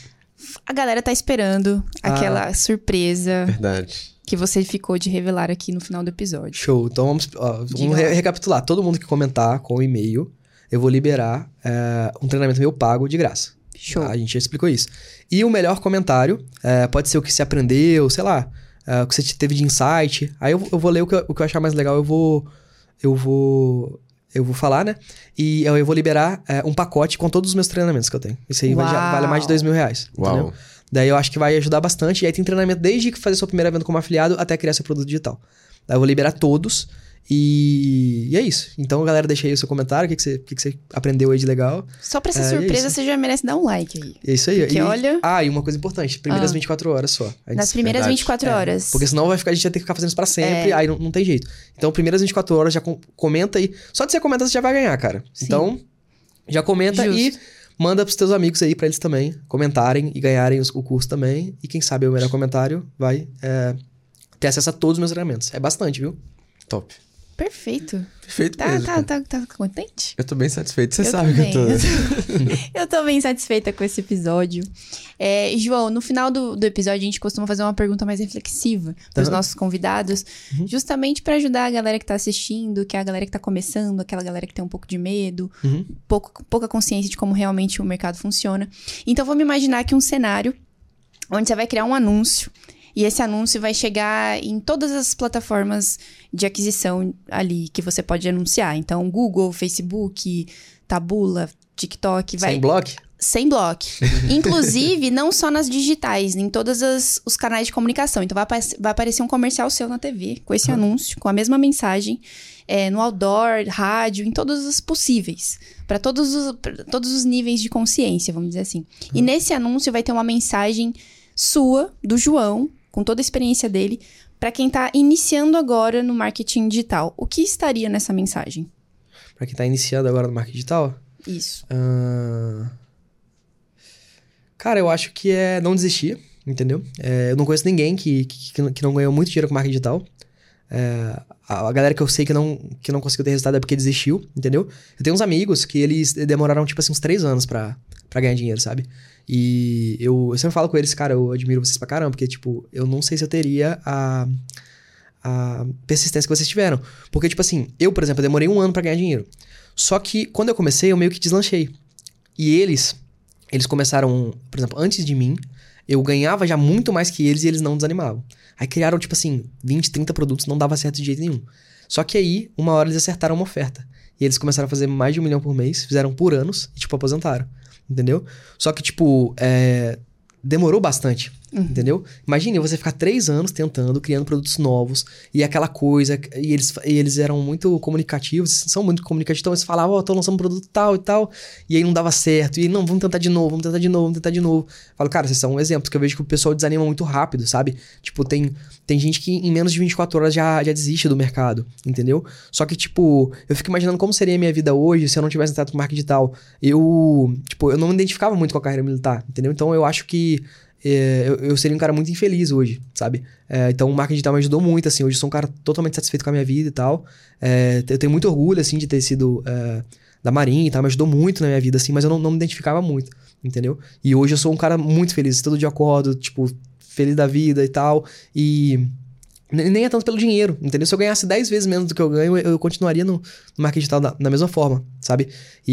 A: A galera tá esperando aquela
C: Ah.
A: surpresa
B: Verdade.
A: que você ficou de revelar aqui no final do episódio.
C: Show. Então, vamos, ó,
A: Diga
C: vamos
A: lá.
C: re- recapitular. Todo mundo que comentar com o e-mail, eu vou liberar é, um treinamento meu pago de graça.
A: Show.
C: A gente já explicou isso. E o melhor comentário, é, pode ser o que você aprendeu, sei lá, é, o que você teve de insight. Aí eu, eu vou ler o que, eu- o que eu achar mais legal, eu vou... Eu vou... Eu vou falar, né? E eu, eu vou liberar é, um pacote com todos os meus treinamentos que eu tenho. Isso aí vai- já
A: Uau.
C: vale mais de dois mil reais.
B: Uau.
C: Entendeu? Daí eu acho que vai ajudar bastante. E aí tem treinamento desde fazer sua primeira venda como afiliado até criar seu produto digital. Daí eu vou liberar todos. E, e é isso. Então, galera, deixa aí o seu comentário. O que, que, você, o que, que você aprendeu aí de legal.
A: Só pra essa
C: É, e é
A: surpresa,
C: isso.
A: você já merece dar um like aí.
C: É isso aí.
A: Porque
C: e,
A: olha-
C: Ah, e uma coisa importante. Primeiras
A: Ah.
C: vinte e quatro horas só. A gente-
A: Nas primeiras
B: verdade.
A: vinte e quatro
C: É,
A: horas.
C: Porque senão vai ficar, a gente vai ter que ficar fazendo isso pra sempre.
A: É.
C: Aí não, não tem jeito. Então, primeiras vinte e quatro horas, já com- comenta aí. Só de você comentar, você já vai ganhar, cara.
A: Sim.
C: Então, já comenta
A: Justo.
C: e manda pros teus amigos aí pra eles também comentarem e ganharem os- o curso também. E quem sabe o melhor comentário vai é, ter acesso a todos os meus treinamentos. É bastante, viu?
B: Top.
A: Perfeito.
B: Perfeito
A: Tá,
B: mesmo.
A: tá, tá, tá contente?
B: Eu tô bem satisfeito. Você
A: Eu
B: sabe que eu tô.
A: também. Eu tô bem satisfeita com esse episódio. É, João, no final do, do episódio, a gente costuma fazer uma pergunta mais reflexiva pros
C: Aham.
A: nossos convidados,
C: Uhum.
A: justamente pra ajudar a galera que tá assistindo, que é a galera que tá começando, aquela galera que tem um pouco de medo,
C: Uhum.
A: pouco, pouca consciência de como realmente o mercado funciona. Então, vamos imaginar aqui um cenário onde você vai criar um anúncio e esse anúncio vai chegar em todas as plataformas de aquisição ali que você pode anunciar. Então, Google, Facebook, Taboola, TikTok, vai...
C: Sem bloco?
A: Sem bloco. Inclusive, não só nas digitais, em todos as, os canais de comunicação. Então, vai, vai aparecer um comercial seu na T V, com esse uhum. anúncio, com a mesma mensagem, é, no outdoor, rádio, em todos os possíveis. Para todos os, todos os níveis de consciência, vamos dizer assim. Uhum. E nesse anúncio vai ter uma mensagem sua, do João, com toda a experiência dele, para quem está iniciando agora no marketing digital. O que estaria nessa mensagem?
C: Para quem está iniciando agora no marketing digital?
A: Isso.
C: Uh... Cara, eu acho que é não desistir, entendeu? É, eu não conheço ninguém que, que, que não ganhou muito dinheiro com marketing digital. É, a, a galera que eu sei que não, que não conseguiu ter resultado é porque desistiu, entendeu? Eu tenho uns amigos que eles demoraram, tipo assim, uns três anos pra, pra ganhar dinheiro, sabe? E eu, eu sempre falo com eles, cara, eu admiro vocês pra caramba, porque, tipo, eu não sei se eu teria a, a persistência que vocês tiveram. Porque, tipo assim, eu, por exemplo, eu demorei um ano pra ganhar dinheiro. Só que, quando eu comecei, eu meio que deslanchei. E eles... Eles começaram, por exemplo, antes de mim, eu ganhava já muito mais que eles e eles não desanimavam. Aí criaram, tipo assim, vinte, trinta produtos, não dava certo de jeito nenhum. Só que aí, uma hora eles acertaram uma oferta. E eles começaram a fazer mais de um milhão por mês, fizeram por anos e, tipo, aposentaram. Entendeu? Só que, tipo, é... demorou bastante. Uhum. Entendeu? Imagine você ficar três anos tentando, criando produtos novos e aquela coisa, e eles, e eles eram muito comunicativos, são muito comunicativos, então eles falavam, ó, oh, tô lançando um produto tal e tal, e aí não dava certo, e não, vamos tentar de novo, vamos tentar de novo, vamos tentar de novo. Eu falo, cara, vocês são exemplos que eu vejo que o pessoal desanima muito rápido, sabe? Tipo, tem, tem gente que em menos de vinte e quatro horas já, já desiste do mercado, entendeu? Só que, tipo, eu fico imaginando como seria a minha vida hoje se eu não tivesse entrado no marketing digital. Eu, tipo, eu não me identificava muito com a carreira militar, entendeu? Então eu acho que É, eu, eu seria um cara muito infeliz hoje, sabe? É, então o marketing digital me ajudou muito, assim. Hoje eu sou um cara totalmente satisfeito com a minha vida e tal. É, eu tenho muito orgulho, assim, de ter sido é, da Marinha e tal. Me ajudou muito na minha vida, assim. Mas eu não, não me identificava muito, entendeu? E hoje eu sou um cara muito feliz. Todo dia eu acordo, tipo, feliz da vida e tal. E... nem é tanto pelo dinheiro, entendeu? Se eu ganhasse dez vezes menos do que eu ganho, eu continuaria no, no marketing digital da, da mesma forma, sabe?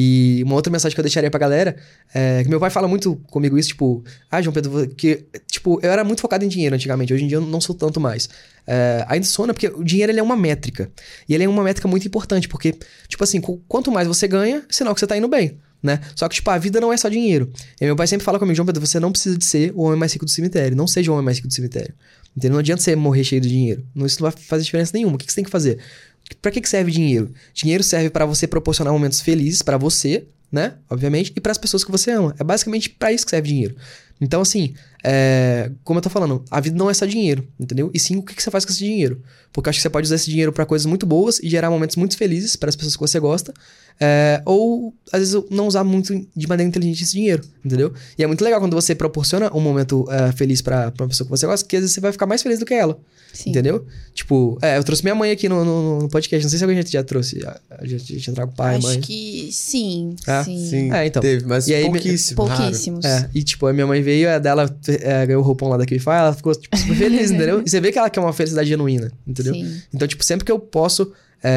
C: E uma outra mensagem que eu deixaria pra galera é que meu pai fala muito comigo isso, tipo... Ah, João Pedro, que... Tipo, eu era muito focado em dinheiro antigamente. Hoje em dia eu não sou tanto mais. É, ainda sou, né? Porque o dinheiro, ele é uma métrica. E ele é uma métrica muito importante, porque... Tipo assim, quanto mais você ganha, sinal que você tá indo bem, né? Só que, tipo, a vida não é só dinheiro. E meu pai sempre fala comigo, João Pedro, você não precisa de ser o homem mais rico do cemitério. Não seja o homem mais rico do cemitério. Entendeu? Não adianta você morrer cheio de dinheiro. Isso não vai fazer diferença nenhuma. O que você tem que fazer? Pra que serve dinheiro? Dinheiro serve pra você proporcionar momentos felizes pra você, né? Obviamente. E pras pessoas que você ama. É basicamente pra isso que serve dinheiro. Então, assim, é... como eu tô falando, a vida não é só dinheiro, entendeu? E sim, o que você faz com esse dinheiro? Porque eu acho que você pode usar esse dinheiro pra coisas muito boas e gerar momentos muito felizes para as pessoas que você gosta. É... Ou, às vezes, não usar muito de maneira inteligente esse dinheiro, entendeu? E é muito legal quando você proporciona um momento é, feliz pra, pra uma pessoa que você gosta, que às vezes você vai ficar mais feliz do que ela. Sim. Entendeu? Tipo, é, eu trouxe minha mãe aqui no, no, no podcast. Não sei se alguém já trouxe. A gente já trago pai,
A: Acho
C: mãe.
A: Acho que sim,
B: é?
A: sim.
B: Sim,
C: é, então.
B: teve, mas
C: e aí,
B: pouquíssimos.
A: Pouquíssimos.
C: É, e tipo, a minha mãe veio, a dela é, ganhou o roupão lá da Wi-Fi, ela ficou tipo, super feliz, entendeu? E você vê que ela quer uma felicidade genuína, entendeu?
A: Sim.
C: Então, tipo, sempre que eu posso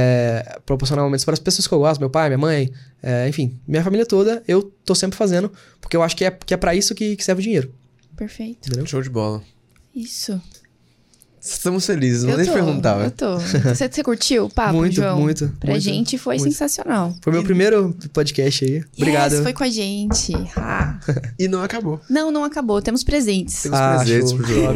C: é, proporcionar momentos para as pessoas que eu gosto, meu pai, minha mãe, é, enfim, minha família toda, eu tô sempre fazendo, porque eu acho que é, que é pra isso que, que serve o dinheiro.
A: Perfeito.
B: Entendeu? Show de bola.
A: Isso.
B: Estamos felizes, não
A: eu
B: vou nem
A: tô,
B: te perguntar.
A: Eu tô. Você, você curtiu o papo,
C: muito,
A: João?
C: Muito,
A: Pra
C: muito.
A: gente foi
C: muito.
A: sensacional.
C: Foi meu primeiro podcast aí. Obrigado.
A: Yes, foi com a gente. Ah.
B: E não acabou.
A: Não, não acabou. Temos presentes.
B: Temos
C: ah,
B: presentes
C: show.
B: pro João.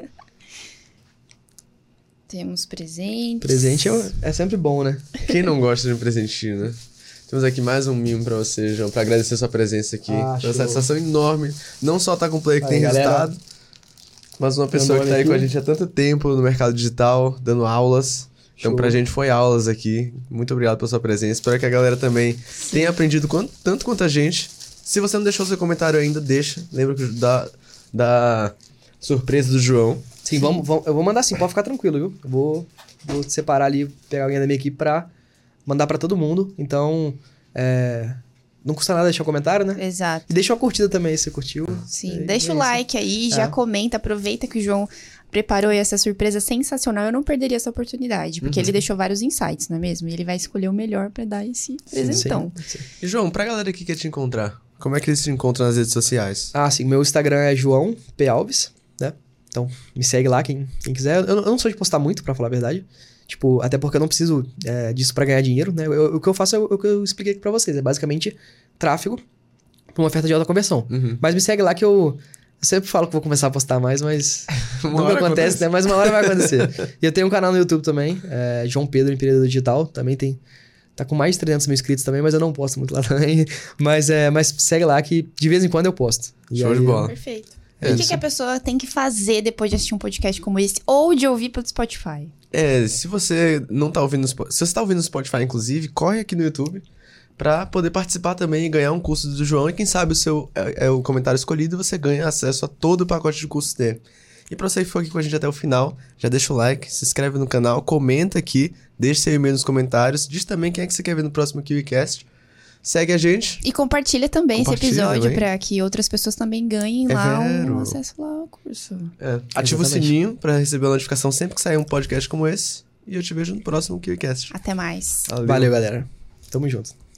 A: Temos presentes.
C: Presente é, é sempre bom, né?
B: Quem não gosta de um presentinho, né? Temos aqui mais um mimo pra você, João, pra agradecer a sua presença aqui.
C: Ah,
B: Foi uma satisfação enorme. Não só tá com o player que
C: aí,
B: tem
C: galera,
B: resultado, mas uma pessoa que tá aí
C: aqui.
B: com a gente há tanto tempo no mercado digital, dando aulas. Então,
C: Show.
B: pra gente foi aulas aqui. Muito obrigado pela sua presença. Espero que a galera também
A: Sim.
B: tenha aprendido quanto, tanto quanto a gente. Se você não deixou seu comentário ainda, deixa. Lembra que da, da surpresa do João.
C: Sim, vamos, vamos, eu vou mandar sim, pode ficar tranquilo, viu? Eu vou, vou separar ali, pegar alguém da minha equipe pra mandar pra todo mundo. Então, é, não custa nada deixar um comentário, né?
A: Exato.
C: E deixa uma curtida também, se você curtiu.
A: Sim,
C: é,
A: deixa
C: é
A: o like aí, já
C: É.
A: comenta, aproveita que o João preparou essa surpresa sensacional. Eu não perderia essa oportunidade, porque
C: Uhum.
A: ele deixou vários insights, não é mesmo? E ele vai escolher o melhor pra dar esse presentão.
C: Sim, sim.
B: E, João, pra galera que quer te encontrar, como é que eles te encontram nas redes sociais?
C: Ah, sim, meu Instagram é João P. Alves, né? Então, me segue lá, quem, quem quiser. Eu, eu não sou de postar muito, pra falar a verdade. Tipo, até porque eu não preciso é, disso pra ganhar dinheiro, né? Eu, eu, o que eu faço é o que eu expliquei aqui pra vocês. É basicamente tráfego pra uma oferta de alta conversão.
B: Uhum.
C: Mas me segue lá que eu... Eu sempre falo que vou começar a postar mais, mas
B: Uma
C: nunca
B: hora
C: acontece,
B: acontece.
C: né? Mas uma hora vai acontecer. E eu tenho um canal no YouTube também, é João Pedro, Empreendedor Digital. Também tem... Tá com mais de trezentos mil inscritos também, mas eu não posto muito lá também. Mas, é, mas segue lá que de vez em quando eu posto. E
B: Show
C: aí,
B: de bola.
A: Perfeito.
B: É
A: e o que,
B: isso.
A: que a pessoa tem que fazer depois de assistir um podcast como esse? Ou de ouvir pelo Spotify?
B: É, se você não tá ouvindo... no Spo- Se você tá ouvindo no Spotify, inclusive, corre aqui no YouTube pra poder participar também e ganhar um curso do João. E quem sabe o seu é, é o comentário escolhido e você ganha acesso a todo o pacote de cursos dele. E pra você que for aqui com a gente até o final, já deixa o like, se inscreve no canal, comenta aqui, deixa seu e-mail nos comentários, diz também quem é que você quer ver no próximo KiwiCast. Segue a gente.
A: E compartilha também
B: Compartilha
A: esse episódio
B: também.
A: pra que outras pessoas também ganhem
B: É
A: lá
B: vero.
A: um acesso lá ao curso.
B: É, ativa o
C: Exatamente.
B: sininho pra receber a notificação sempre que sair um podcast como esse. E eu te vejo no próximo KiwiCast.
A: Até mais.
C: Valeu, galera. Tamo junto.